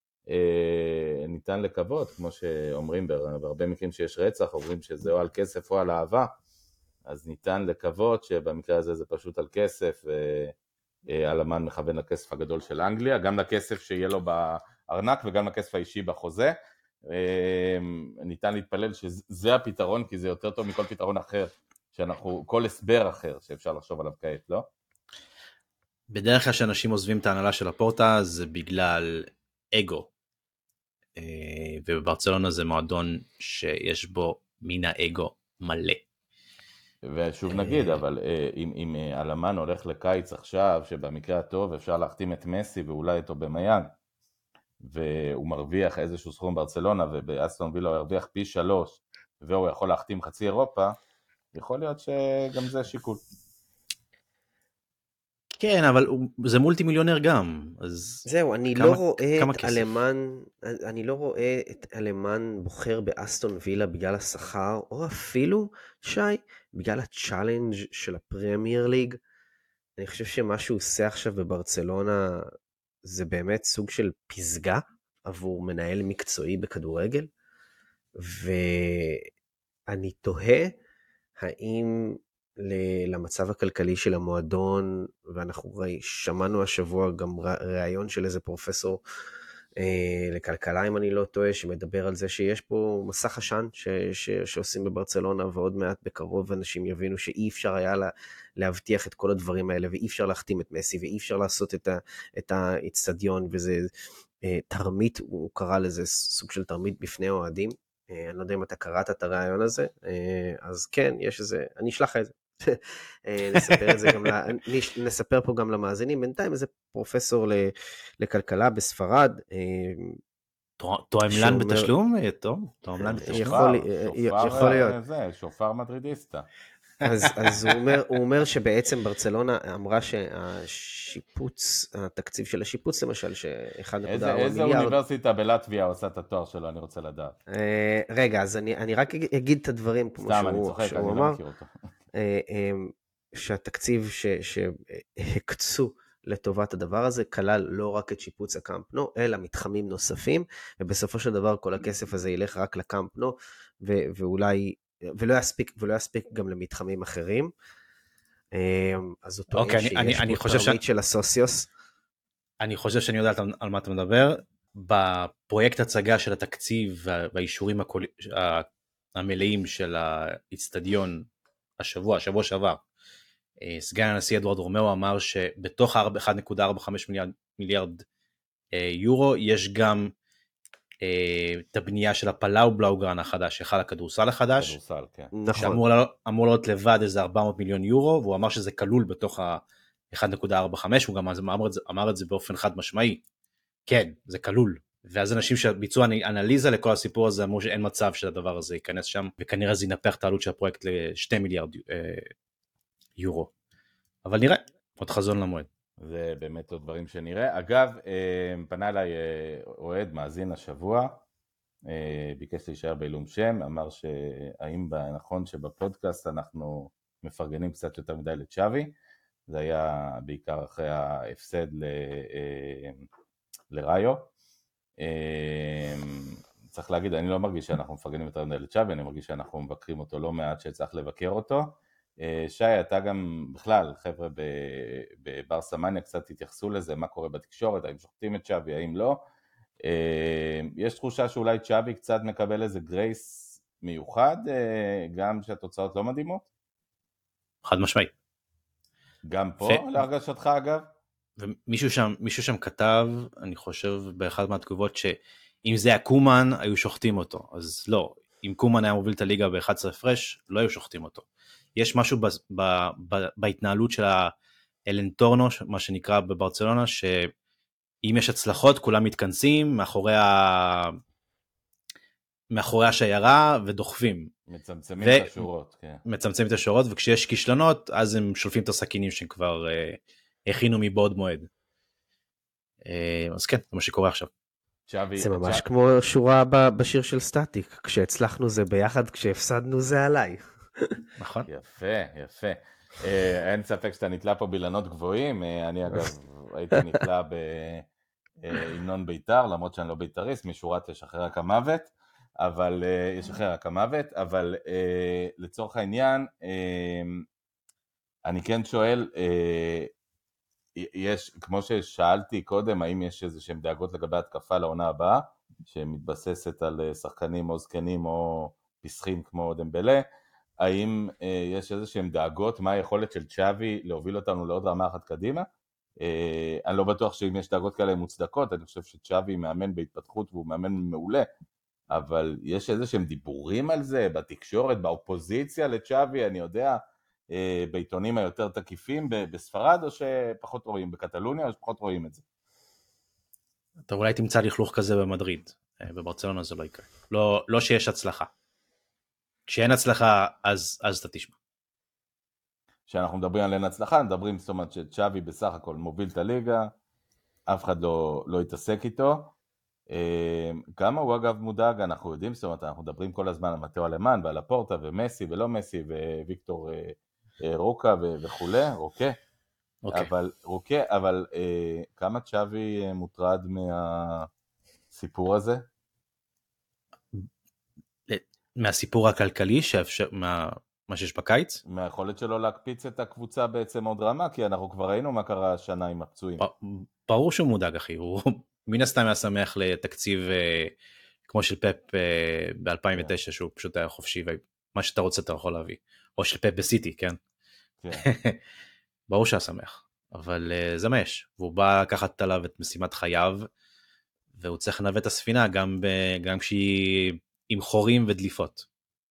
ניתן לקוות, כמו שאומרים בהרבה מקרים שיש רצח, אומרים שזה או על כסף או על אהבה, אז ניתן לקוות שבמקרה הזה זה פשוט על כסף, אלמן מכוון לכסף הגדול של אנגליה, גם לכסף שיהיה לו בארנק וגם לכסף האישי בחוזה, ניתן להתפלל שזה הפתרון, כי זה יותר טוב מכל פתרון אחר, כל הסבר אחר שאפשר לחשוב עליו כעת, לא? בדרך כלל שאנשים עוזבים את ההנהלה של הפורטה, זה בגלל אגו, ובברצלונה זה מועדון שיש בו מן האגו מלא. ושוב נגיד, אבל אם אלמן הולך לקיץ עכשיו, שבמקרה הטוב אפשר להחתים את מסי ואולי את אובמיאנג, והוא מרוויח איזשהו סכום ברצלונה, ובאסטון וילה הוא ירוויח פי 3, והוא יכול להחתים חצי אירופה, יכול להיות שגם זה שיקול. כן, אבל זה מולטי מיליונר גם, אז... זהו, אני לא רואה את אלמן בוחר באסטון וילה בגלל השכר, או אפילו, שי, בגלל הצ'אלנג' של הפרמייר ליג. אני חושב שמה שהוא עושה עכשיו בברצלונה, זה באמת סוג של פסגה, עבור מנהל מקצועי בכדורגל, ואני תוהה, האם למצב הכלכלי של המועדון, ואנחנו שמענו השבוע גם ראיון של איזה פרופסור לכלכלה, אם אני לא טועה, שמדבר על זה שיש פה מסך עשן שעושים בברצלונה, ועוד מעט בקרוב אנשים יבינו שאי אפשר היה להבטיח את כל הדברים האלה, ואי אפשר להחתים את מסי, ואי אפשר לעשות את האצטדיון, וזה תרמית, הוא קרא לזה סוג של תרמית בפני אוהדים. אני לא יודע אם אתה קראת את הרעיון הזה, אז כן, יש איזה, אני אשלח את זה. נספר פה גם למאזינים, בינתיים איזה פרופסור לכלכלה בספרד, תואמלן בתשלום? תואמלן בתשלום? יכול להיות. שופר מדרידיסטה. אז הוא אומר שבעצם ברצלונה אמרה שהשיפוץ, התקציב של השיפוץ למשל, ש1.4 מיליארד. איזה אוניברסיטה בלטביה עושה את התואר שלו, אני רוצה לדעת. רגע, אז אני רק אגיד את הדברים כמו שהוא אמר. סתם, אני צוחק, אני לא מכיר אותו. שהתקציב שהקצו לטובת הדבר הזה, כלל לא רק את שיפוץ הקאמפ נו, אלא מתחמים נוספים, ובסופו של דבר כל הכסף הזה ילך רק לקאמפ נו, ולא יספיק גם למתחמים אחרים. אז הוא טוען שיש פה תרמית של הסוציוס. אני חושב שאני יודעת על מה אתה מדבר. בפרויקט הצגה של התקציב והאישורים המלאים של האצטדיון השבוע שעבר, סגן הנשיא אדוארד רומאו אמר שבתוך 1.45 מיליארד יורו יש גם את הבנייה של הפלאו בלאוגרן החדש, היכל הכדורסל החדש, כן. שאמור לעלות לבד איזה 400 מיליון יורו, והוא אמר שזה כלול בתוך ה-1.45, הוא גם אמר את זה באופן חד משמעי, כן, זה כלול. ואז אנשים שביצעו אנליזה לכל הסיפור הזה אמרו שאין מצב שהדבר הזה ייכנס שם, וכנראה זה ינפח את העלות של הפרויקט ל2 מיליארד יורו. אבל נראה, עוד חזון למועד. זה באמת עוד דברים שנראה. אגב, פנה אליי אוהד, מאזין השבוע, ביקש להישאר בעילום שם, אמר שהאם נכון שבפודקאסט אנחנו מפרגנים קצת יותר מדי לצ'אבי, זה היה בעיקר אחרי ההפסד לראיו. צריך להגיד, אני לא מרגיש שאנחנו מפרגנים יותר מדי לצ'אבי, אני מרגיש שאנחנו מבקרים אותו לא מעט שצריך לבקר אותו. שי, אתה גם בכלל, חבר'ה בבר סמניה קצת התייחסו לזה, מה קורה בתקשורת, האם שוחטים את צ'אבי, האם לא. יש תחושה שאולי צ'אבי קצת מקבל איזה גרייס מיוחד, גם שהתוצאות לא מדהימות? חד משמעי. גם פה, להרגשתך אגב? ומישהו שם כתב, אני חושב באחת מהתגובות, שאם זה היה קומן, היו שוחטים אותו. אז לא, אם קומן היה מוביל את הליגה ב-11 הפרש, לא היו שוחטים אותו. יש משהו בהתנהלות של האלנטורנו, מה שנקרא בברצלונה, שאם יש הצלחות, כולם מתכנסים מאחורי השיירה ודוחפים. מצמצמים את השורות, כן. מצמצמים את השורות, וכשיש כישלונות, אז הם שולפים את הסכינים שהם כבר הכינו מבעוד מועד. אז כן, זה מה שקורה עכשיו. זה ממש כמו שורה בשיר של סטטיק, כשהצלחנו זה ביחד, כשהפסדנו זה עליי. נכון. יפה. אין ספק שאתה נתלה פה בילנות גבוהים, אני אגב הייתי נתלה בהמנון ביתר, למרות שאני לא ביתריסט, משורת ישחרר רק המוות, אבל לצורך העניין, אני כן שואל, יש, כמו ששאלתי קודם, האם יש איזה שהם דאגות לגבי התקפה לעונה הבאה, שמתבססת על שחקנים או זקנים או פסחים כמו דמבלה, האם יש איזה שהם דאגות, מה היכולת של צ'אבי להוביל אותנו לעוד רמה אחת קדימה? אני לא בטוח שאם יש דאגות כאלה מוצדקות, אני חושב שצ'אבי מאמן בהתפתחות והוא מאמן מעולה, אבל יש איזה שהם דיבורים על זה בתקשורת, באופוזיציה לצ'אבי, אני יודע, בעיתונים היותר תקיפים בספרד, או שפחות רואים בקטלוניה, או שפחות רואים את זה? אתה אולי תמצא לכלוך כזה במדריד, בברצלונה זה לא יקרה. לא שיש הצלחה. כשאין הצלחה, אז אתה תשמע. כשאנחנו מדברים על אין הצלחה, מדברים, זאת אומרת שצ'אבי בסך הכל מוביל את הליגה, אף אחד לא יתעסק איתו. כמה הוא אגב מודאג, אנחנו יודעים, זאת אומרת, אנחנו מדברים כל הזמן על מתאו אלמן, ועל הפורטה, ומסי, ולא מסי, וויקטור רוקה וכולי, אבל כמה צ'אבי מוטרד מהסיפור הזה? מהסיפור הכלכלי, מה שיש בקיץ? מהיכולת שלו להקפיץ את הקבוצה בעצם עוד רמה, כי אנחנו כבר ראינו מה קרה השנה עם הפצועים. ברור שהוא מודאג, אחי, הוא מן הסתם היה שמח לתקציב כמו של פפ ב-2009, שהוא פשוט היה חופשי, ומה שאתה רוצה אתה יכול להביא, או של פפ בסיטי, כן? ברור שהיה שמח, אבל זה מה יש, והוא בא לקחת עליו את משימת חייו, והוא צריך לנווט את הספינה, גם כשהיא עם חורים ודליפות.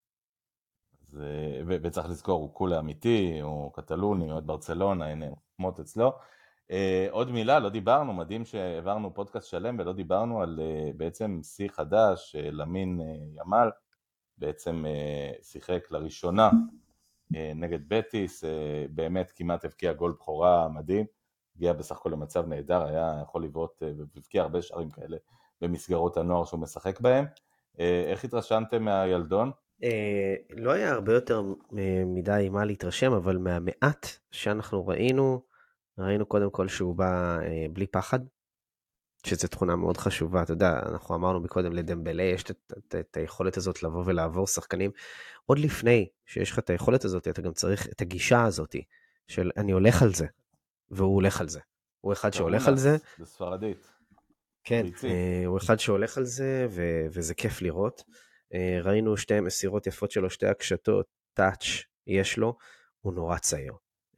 וצריך לזכור, הוא כולה אמיתי, הוא קטלוני, הוא את ברצלונה, הנה, חמות אצלו. עוד מילה, לא דיברנו, מדהים שהעברנו פודקאסט שלם ולא דיברנו על בעצם שיא חדש, למין ימל, בעצם שיחק לראשונה נגד בטיס, באמת כמעט הבקיע גול בכורה מדהים, הגיע בסך הכל למצב נהדר, היה יכול לבעוט והבקיע הרבה שערים כאלה במסגרות הנוער שהוא משחק בהם. איך התרשמתם מהילדון? לא היה הרבה יותר מדי מה להתרשם, אבל מהמעט שאנחנו ראינו קודם כל שהוא בא בלי פחד, שזו תכונה מאוד חשובה. אתה יודע, אנחנו אמרנו מקודם לדמבלה, יש את היכולת הזאת לבוא ולעבור שחקנים. עוד לפני שיש לך את היכולת הזאת, אתה גם צריך את הגישה הזאת, של אני הולך על זה, והוא הולך על זה. הוא אחד שהולך על זה. בספרדית. כן, הוא אחד שהולך על זה, וזה כיף לראות. ראינו שתי מסירות יפות שלו, שתי הקשתות, טאץ' יש לו, הוא נורא צעיר.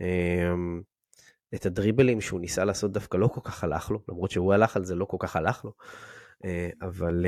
את הדריבלים שהוא ניסה לעשות דווקא לא כל כך הלך לו, למרות שהוא הלך על זה לא כל כך הלך לו, אבל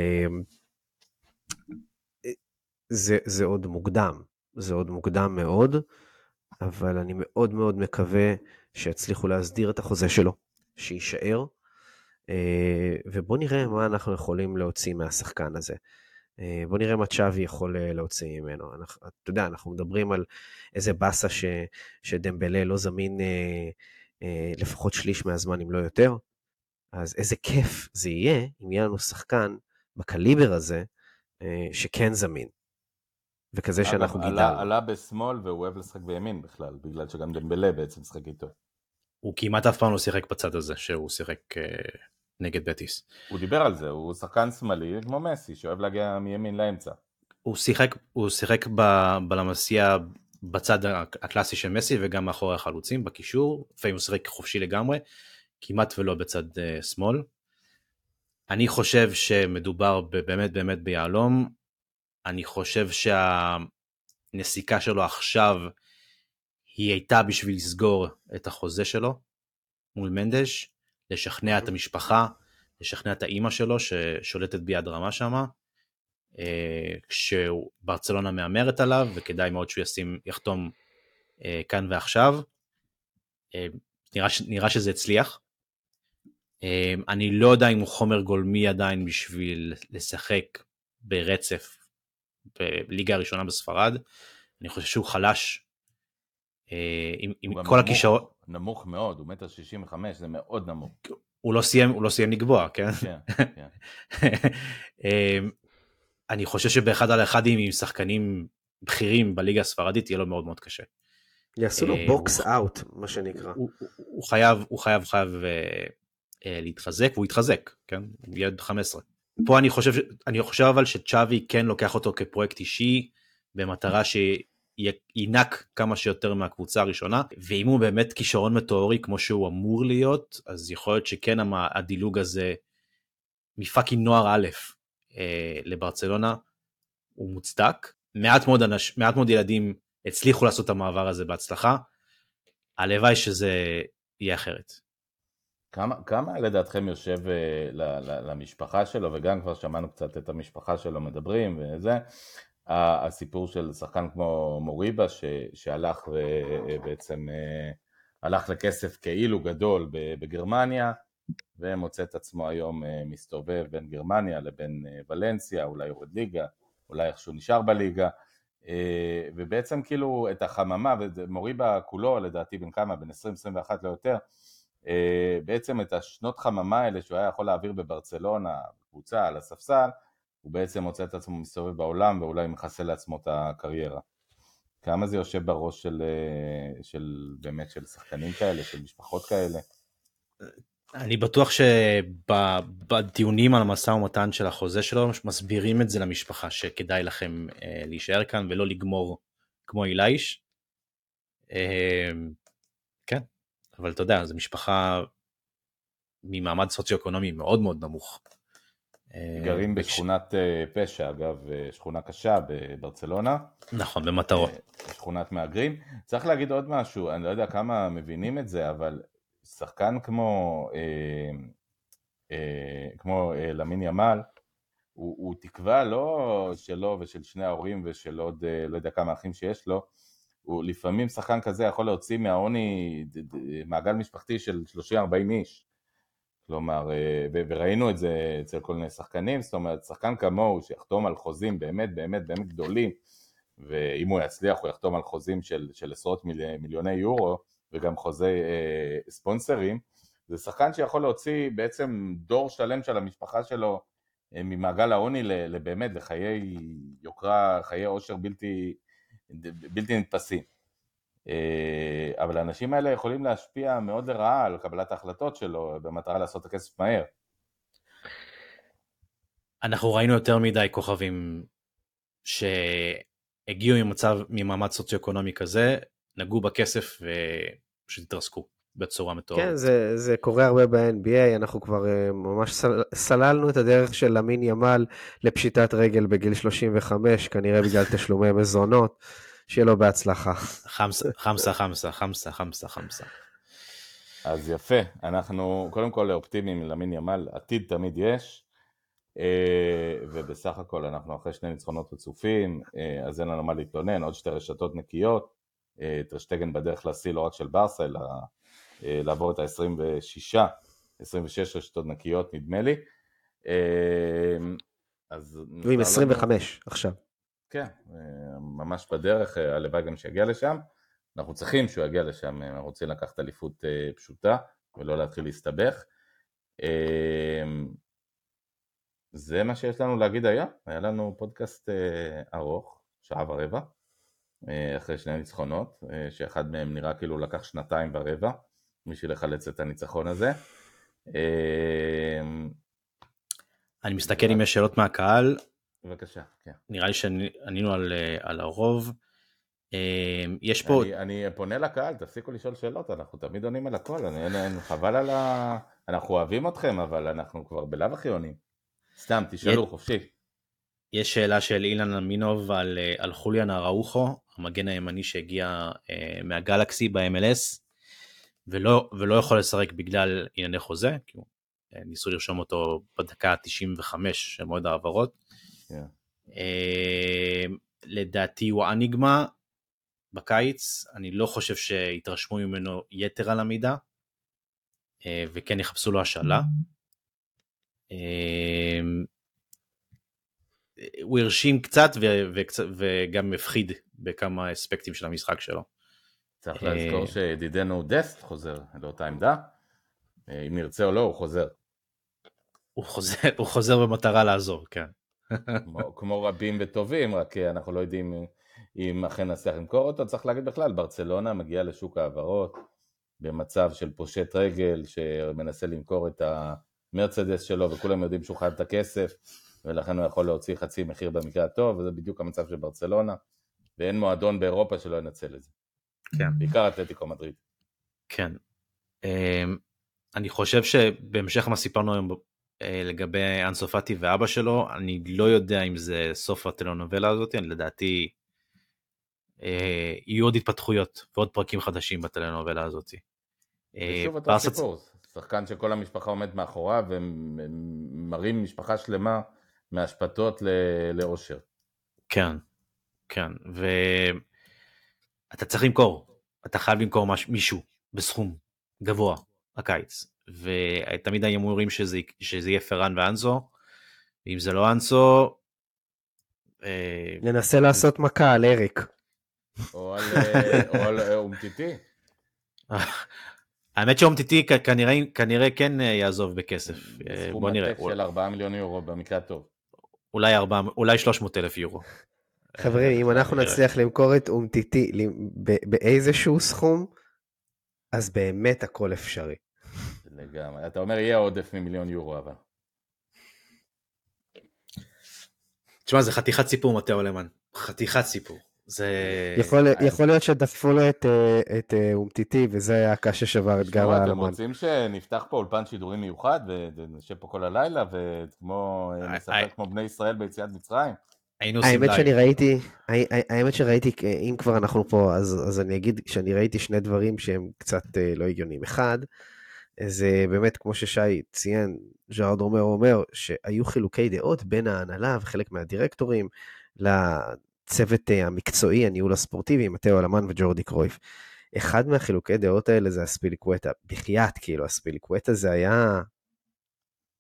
זה עוד מוקדם, זה עוד מוקדם מאוד, אבל אני מאוד מאוד מקווה שיצליחו להסדיר את החוזה שלו, שיישאר, ובוא נראה מה אנחנו יכולים להוציא מהשחקן הזה. בוא נראה מה צ'אבי יכול להוציא ממנו. אתה יודע, אנחנו מדברים על איזה בסה שדמבלה לא זמין לפחות שליש מהזמן, אם לא יותר. אז איזה כיף זה יהיה אם יהיה לנו שחקן בקליבר הזה שכן זמין. וכזה שאנחנו גידלנו. עלה בשמאל והוא אוהב לשחק בימין בכלל, בגלל שגם דמבלה בעצם משחק איתו. הוא כמעט אף פעם לא שיחק בצד הזה, שהוא שיחק נגד בטיס. הוא דיבר על זה, הוא שחקן שמאלי כמו מסי, שאוהב להגיע מימין לאמצע. הוא שיחק בלמסיה בצד הקלאסי של מסי, וגם מאחורי החלוצים, בקישור, לפעמים הוא שיחק חופשי לגמרי, כמעט ולא בצד שמאל. אני חושב שמדובר באמת באמת ביעלום, אני חושב שהנסיקה שלו עכשיו, היא הייתה בשביל לסגור את החוזה שלו, מול מנדש, לשכנע את המשפחה, לשכנע את האימא שלו, ששולטת ביד רמה שמה, כשברצלונה מאמרת עליו, וכדאי מאוד שהוא יחתום כאן ועכשיו. נראה שזה הצליח. אני לא יודע אם הוא חומר גולמי עדיין בשביל לשחק ברצף בליגה הראשונה בספרד. אני חושב שהוא חלש. עם כל הכישרון. נמוך מאוד, הוא 1.65 מטר, זה מאוד נמוך. הוא לא סיים לקבוע, כן? כן. אני חושב שבאחד על אחד עם שחקנים בכירים בליגה הספרדית יהיה לו מאוד מאוד קשה. יעשו לו בוקס אאוט, מה שנקרא. הוא חייב להתחזק, והוא יתחזק, כן? הוא ילד 15. פה אני חושב אבל שצ'אבי כן לוקח אותו כפרויקט אישי, במטרה שינק כמה שיותר מהקבוצה הראשונה, ואם הוא באמת כישרון מטאורי כמו שהוא אמור להיות, אז יכול להיות שכן הדילוג הזה מפאקינג נוער א' לברצלונה הוא מוצדק. מעט מאוד ילדים הצליחו לעשות את המעבר הזה בהצלחה, הלוואי שזה יהיה אחרת. כמה לדעתכם יושב למשפחה שלו, וגם כבר שמענו קצת את המשפחה שלו מדברים וזה, הסיפור של שחקן כמו מוריבה שהלך ובעצם הלך לכסף כאילו גדול בגרמניה, ומוצא את עצמו היום מסתובב בין גרמניה לבין ולנסיה, אולי יורד ליגה, אולי איכשהו נשאר בליגה, ובעצם כאילו את החממה, ומוריבה כולו לדעתי בין כמה, בין 20-21 לא יותר, בעצם את השנות חממה האלה שהוא היה יכול להעביר בברצלונה, קבוצה, על הספסל, הוא בעצם מוצא את עצמו מסתובב בעולם, ואולי מחסל לעצמו את הקריירה. כמה זה יושב בראש של באמת של שחקנים כאלה, של משפחות כאלה? אני בטוח שבדיונים על המשא ומתן של החוזה שלו, מסבירים את זה למשפחה, שכדאי לכם להישאר כאן, ולא לגמור כמו אילייש. כן, אבל אתה יודע, זו משפחה ממעמד סוציו-אקונומי מאוד מאוד נמוך. גרים בשכונת פשע, אגב, שכונה קשה בברצלונה. נכון, במטרות. שכונת מהגרים. צריך להגיד עוד משהו, אני לא יודע כמה מבינים את זה, אבל שחקן כמו למין ימל, הוא תקווה לא שלו ושל שני ההורים ושל עוד לא יודע כמה אחים שיש לו, הוא לפעמים שחקן כזה יכול להוציא מהעוני מעגל משפחתי של 30-40 איש. כלומר, וראינו את זה אצל כל מיני שחקנים, זאת אומרת, שחקן כמוהו שיחתום על חוזים באמת באמת באמת גדולים, ואם הוא יצליח הוא יחתום על חוזים של עשרות מיליוני יורו, וגם חוזי ספונסרים, זה שחקן שיכול להוציא בעצם דור שלם של המשפחה שלו ממעגל העוני באמת לחיי יוקרה, חיי עושר בלתי נתפסים. אבל האנשים האלה יכולים להשפיע מאוד לרעה על קבלת ההחלטות שלו במטרה לעשות את הכסף מהר. אנחנו ראינו יותר מדי כוכבים שהגיעו ממעמד סוציו-אקונומי כזה, נגעו בכסף ופשוט התרסקו בצורה מטורפת. כן, זה קורה הרבה ב-NBA, אנחנו כבר ממש סללנו את הדרך של למין ימל לפשיטת רגל בגיל 35, כנראה בגלל תשלומי מזונות, שיהיה לו בהצלחה. חמסה. אז יפה, אנחנו קודם כל אופטימיים למין ימל, עתיד תמיד יש, ובסך הכל אנחנו אחרי 2 ניצחונות רצופים, אז אין לנו מה להתלונן, עוד 2 רשתות נקיות, טרשטגן בדרך לשיא לא רק של ברסה, אלא לעבור את ה-26 רשתות נקיות נדמה לי. ועם 25 עכשיו. כן, ממש בדרך, הלוואי גם שיגיע לשם, אנחנו צריכים שהוא יגיע לשם, רוצים לקחת אליפות פשוטה ולא להתחיל להסתבך. זה מה שיש לנו להגיד היום, היה לנו פודקאסט ארוך, 1.25 שעות, אחרי 2 ניצחונות, שאחד מהם נראה כאילו לקח 2.25 בשביל לחלץ את הניצחון הזה. אני מסתכל אם יש שאלות מהקהל. בבקשה, כן. נראה לי שענינו על הרוב. יש פה... אני פונה לקהל, תפסיקו לשאול שאלות, אנחנו תמיד עונים על הכל, חבל על אנחנו אוהבים אתכם, אבל אנחנו כבר בלב הכי עונים. סתם, תשאלו, חופשי. יש שאלה של אילן אמינוב על חוליאן אראוחו, המגן הימני שהגיע מהגלקסי ב-MLS, ולא יכול לשחק בגלל ענייני חוזה, כי ניסו לרשום אותו בדקה 95 של מועד העברות. לדעתי הוא אניגמה בקיץ, אני לא חושב שהתרשמו ממנו יתר על המידה, וכן יחפשו לו השאלה. הוא הרשים קצת וגם מפחיד בכמה אספקטים של המשחק שלו. צריך לזכור שידידנו דסט חוזר לאותה עמדה, אם נרצה או לא הוא חוזר. הוא חוזר במטרה לעזור, כן. כמו רבים וטובים, רק אנחנו לא יודעים אם אכן נצליח למכור אותו. צריך להגיד בכלל, ברצלונה מגיעה לשוק העברות במצב של פושט רגל שמנסה למכור את המרצדס שלו, וכולם יודעים שהוא חייב את הכסף, ולכן הוא יכול להוציא חצי מחיר במקרה הטוב, וזה בדיוק המצב של ברצלונה, ואין מועדון באירופה שלא ינצל את זה. כן. בעיקר אתלטיקו מדריד. כן. אני חושב שבהמשך מה סיפרנו היום לגבי אנסו פאטי ואבא שלו, אני לא יודע אם זה סוף הטלנובלה הזאת, לדעתי יהיו עוד התפתחויות ועוד פרקים חדשים בטלנובלה הזאת. ושוב אותו סיפור, שחקן שכל המשפחה עומד מאחוריו, ומראים משפחה שלמה מהשפטות לאושר. כן, כן, ואתה צריך למכור, אתה חייב למכור מישהו בסכום גבוה הקיץ, ותמיד היו אומרים שזה יהיה פרן ואנסו, ואם זה לא אנסו, ננסה לעשות מכה על אריק. או על אומטיטי. האמת שאומטיטי כנראה כן יעזוב בכסף. סכום עתק של 4 מיליון יורו במקרה הטוב. אולי 300,000 יורו. חברים, אם אנחנו נצליח למכור את אומטיטי באיזשהו סכום, אז באמת הכל אפשרי. לגמרי. אתה אומר יהיה עודף ממיליון יורו אבל. תשמע, זה חתיכת סיפור מתאו למן. חתיכת סיפור. יכול להיות שדחפו לו את אומטיטי, וזה היה הקש ששבר את גב העלמן. אתם רוצים שנפתח פה אולפן שידורים מיוחד, ונשב פה כל הלילה, ונשחק כמו בני ישראל ביציאת מצרים? האמת שראיתי, אם כבר אנחנו פה, אז אני אגיד שאני ראיתי 2 דברים שהם קצת לא הגיונים. אחד, זה באמת כמו ששי ציין, ז'רארד אומר שהיו חילוקי דעות בין ההנהלה וחלק מהדירקטורים לצוות המקצועי, הניהול הספורטיבי, מתאו אלמן וג'ורדי קרויף. אחד מהחילוקי דעות האלה זה הספיליקווטה, בחייאת כאילו, הספיליקווטה זה היה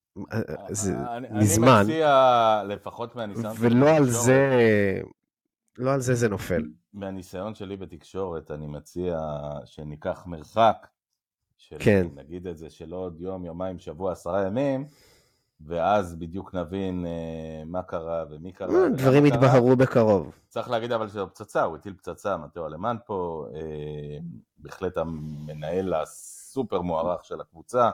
מזמן. אני מציע לפחות מהניסיון. ולא על זה, לא על זה נופל. מהניסיון שלי בתקשורת, אני מציע שניקח מרחק, של כן. נגיד את זה, של עוד יום, יומיים, שבוע, 10 ימים, ואז בדיוק נבין מה קרה ומי קרה ולמה קרה. דברים יתבהרו בקרוב. צריך להגיד אבל שזו פצצה, הוא הטיל פצצה, מתאו אלמן פה, בהחלט המנהל הסופר מוערך של הקבוצה.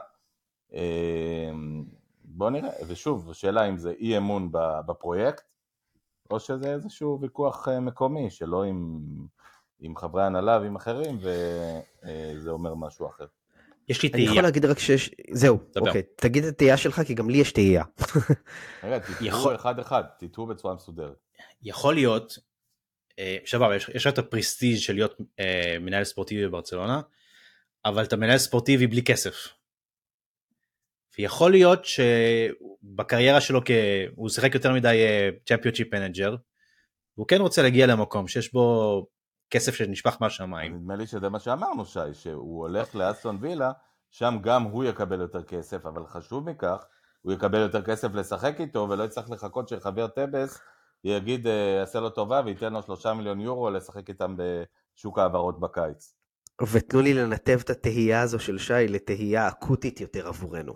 בוא נראה, ושוב, שאלה אם זה אי אמון בפרויקט, או שזה איזשהו ויכוח מקומי, שלא עם חברי הנהלה ועם אחרים, וזה אומר משהו אחר. יש לי אני יכול תהייה. להגיד רק זהו, אוקיי, תגיד את התהייה שלך, כי גם לי יש תהייה. רגע, תתאו אחד, תתאו בצורה מסודרת. יכול להיות, שבר, יש את הפרסטיג' של להיות מנהל ספורטיבי בברצלונה, אבל אתה מנהל ספורטיבי בלי כסף. ויכול להיות שבקריירה שלו, הוא שיחק יותר מדי צ'מפיונשיפ מנג'ר, והוא כן רוצה להגיע למקום שיש בו כסף שנשפך מהשמיים. נדמה לי שזה מה שאמרנו, שי, שהוא הולך לאסטון וילה, שם גם הוא יקבל יותר כסף, אבל חשוב מכך, הוא יקבל יותר כסף לשחק איתו, ולא יצטרך לחכות שחבר טבס יגיד, יעשה לו טובה, וייתן לו 3 מיליון יורו לשחק איתם בשוק העברות בקיץ. ותנו לי לנתב את התהייה הזו של שי לתהייה אקוטית יותר עבורנו.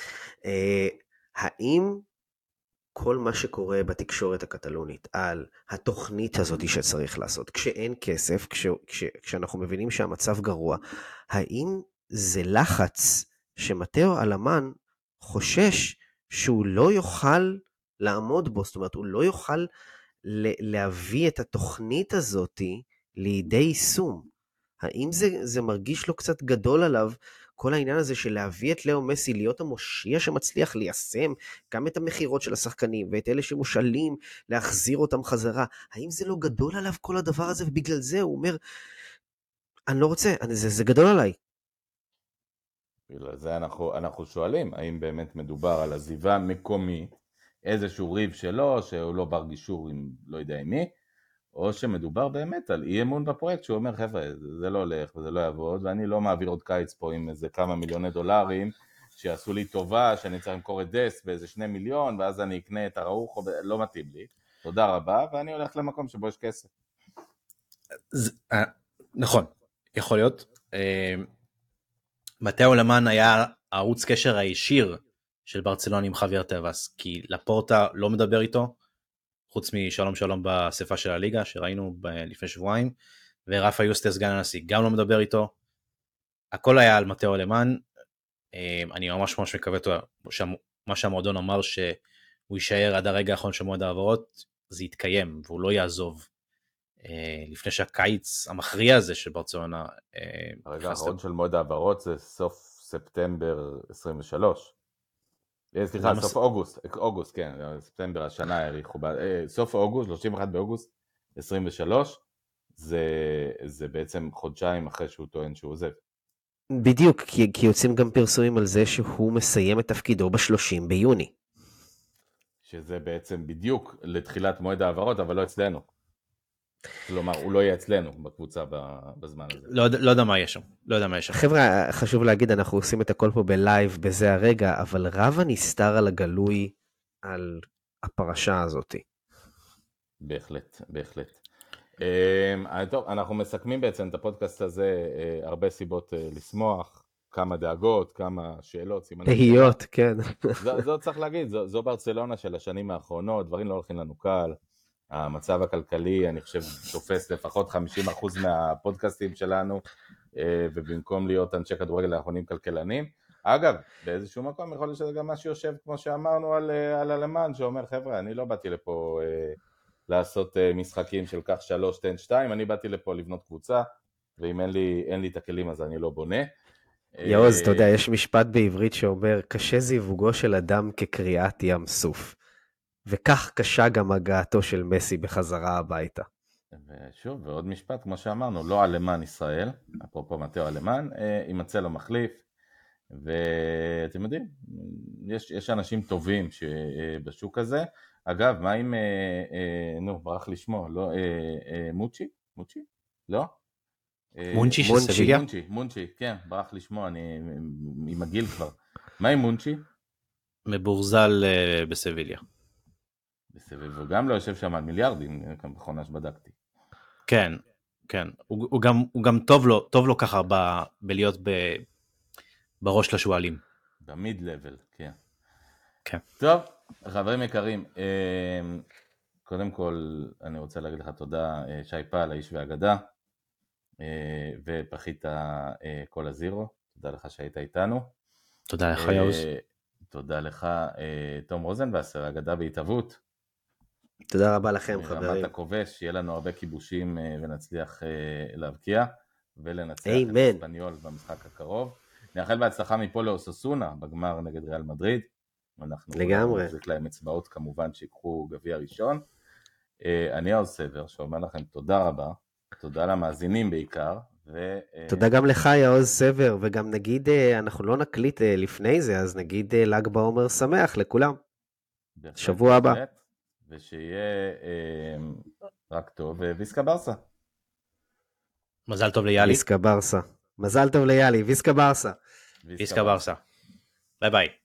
האם כל מה שקורה בתקשורת הקטלונית על התוכנית הזאת שצריך לעשות, כשאין כסף, כשאנחנו מבינים שהמצב גרוע, האם זה לחץ שמתאו אלמן חושש שהוא לא יוכל לעמוד בו, זאת אומרת, הוא לא יוכל להביא את התוכנית הזאת לידי יישום? האם זה מרגיש לו קצת גדול עליו, כל העניין הזה של להביא את לאו מסי, להיות המושיע שמצליח ליישם גם את המחירות של השחקנים, ואת אלה שמושאלים, להחזיר אותם חזרה? האם זה לא גדול עליו כל הדבר הזה, ובגלל זה הוא אומר, אני לא רוצה, זה גדול עליי. בגלל זה אנחנו שואלים, האם באמת מדובר על עזיבה מקומית, איזשהו ריב שלו, שהוא לא בר גישור עם לא יודע עם מי, או שמדובר באמת על אי אמון בפרויקט, שהוא אומר, חבר'ה, זה לא הולך וזה לא יעבוד, ואני לא מעביר עוד קיץ פה עם איזה כמה מיליוני דולרים, שיעשו לי טובה, שאני צריך למכור את דס באיזה 2 מיליון, ואז אני אקנה את הראוך, לא מתאים לי, תודה רבה, ואני הולך למקום שבו יש כסף. נכון, יכול להיות. מתאו אלמן היה ערוץ קשר הישיר של ברצלונה עם חוויר טבס, כי לפורטה לא מדבר איתו, חוץ משלום שלום בספה של הליגה, שראינו לפני שבועיים, ורפה יוסטס סגן הנשיא גם לא מדבר איתו, הכל היה על מתאו אלמן. אני ממש מקווה מה שהמועדון אמר, שהוא יישאר עד הרגע האחרון של מועד העברות, זה יתקיים, והוא לא יעזוב, לפני שהקיץ המכריע הזה של ברצלונה. הרגע האחרון של מועד העברות זה סוף ספטמבר 23. סליחה, סוף אוגוסט, כן, ספטמבר השנה העריכו, סוף אוגוסט, 31 באוגוסט 23, זה בעצם חודשיים אחרי שהוא טוען שהוא עוזב. בדיוק, כי יוצאים גם פרסומים על זה שהוא מסיים את תפקידו ב-30 ביוני. שזה בעצם בדיוק לתחילת מועד העברות, אבל לא אצלנו. כלומר, הוא לא יהיה אצלנו בקבוצה בזמן הזה. לא יודע מה יש שם, חבר'ה, חשוב להגיד, אנחנו עושים את הכל פה בלייב בזה הרגע, אבל רבה נסתר על הגלוי על הפרשה הזאת. בהחלט. טוב, אנחנו מסכמים בעצם את הפודקאסט הזה, הרבה סיבות לשמוח, כמה דאגות, כמה שאלות, תהיות, כן. זו צריך להגיד, זו ברצלונה של השנים האחרונות, דברים לא הולכים לנו קל, המצב הכלכלי, אני חושב, תופס לפחות 50% מהפודקאסטים שלנו, ובמקום להיות אנשי כדורגל אנחנו נהיים כלכלנים. אגב, באיזשהו מקום יכול להיות שזה גם מה שיושב, כמו שאמרנו על אלמן, שאומר, חבר'ה, אני לא באתי לפה לעשות משחקים של כך 3, 2, אני באתי לפה לבנות קבוצה, ואם אין לי את הכלים אז אני לא בונה. יעוז, אתה יודע, יש משפט בעברית שאומר, קשה זיווגו של אדם כקריאת ים סוף. וכך קשה גם הגעתו של מסי בחזרה הביתה. ושוב, ועוד משפט, כמו שאמרנו, לא אלמן ישראל, אפרופו מתאו אלמן, יימצא לו מחליף, ואתם יודעים, יש אנשים טובים בשוק הזה. אגב, מה עם, ברח לשמו, לא, מוצ'י? לא? מונצ'י של סביליה? מונצ'י, כן, ברח לשמו, אני עם הגיל כבר. מה עם מונצ'י? מבורזל בסביליה. בסבב, הוא גם לא יושב שם על מיליארדים, כמו בכונה שבדקתי. כן, כן, הוא גם טוב לו ככה בלהיות בראש לשואלים. במיד לבל, כן. כן. טוב, חברים יקרים, קודם כל אני רוצה להגיד לך תודה שי פעל, האיש והאגדה, ופחית כל הזירו, תודה לך שהיית איתנו. תודה לך יאוז. תודה לך תום רוזנבסר, אגדה בהתהוות. תודה רבה לכם חברים. מרמת הכובש, שיהיה לנו הרבה כיבושים ונצליח להבקיע, ולנצח את אספניול במשחק הקרוב. נאחל בהצלחה מפה לאוססונה, בגמר נגד ריאל מדריד. לגמרי. נחזיק להם אצבעות כמובן שיקחו גביע ראשון. אני יאוז סבר, שאומר לכם תודה רבה, תודה למאזינים בעיקר. תודה גם לך יאוז סבר, וגם נגיד, אנחנו לא נקליט לפני זה, אז נגיד ל"ג בעומר שמח לכולם. שבוע הבא. ושיהיה רק טוב, ויסקה ברסה. מזל טוב ליאלי. ויסקה ברסה. מזל טוב ליאלי, ויסקה ברסה. ויסקה ברסה. ביי ביי.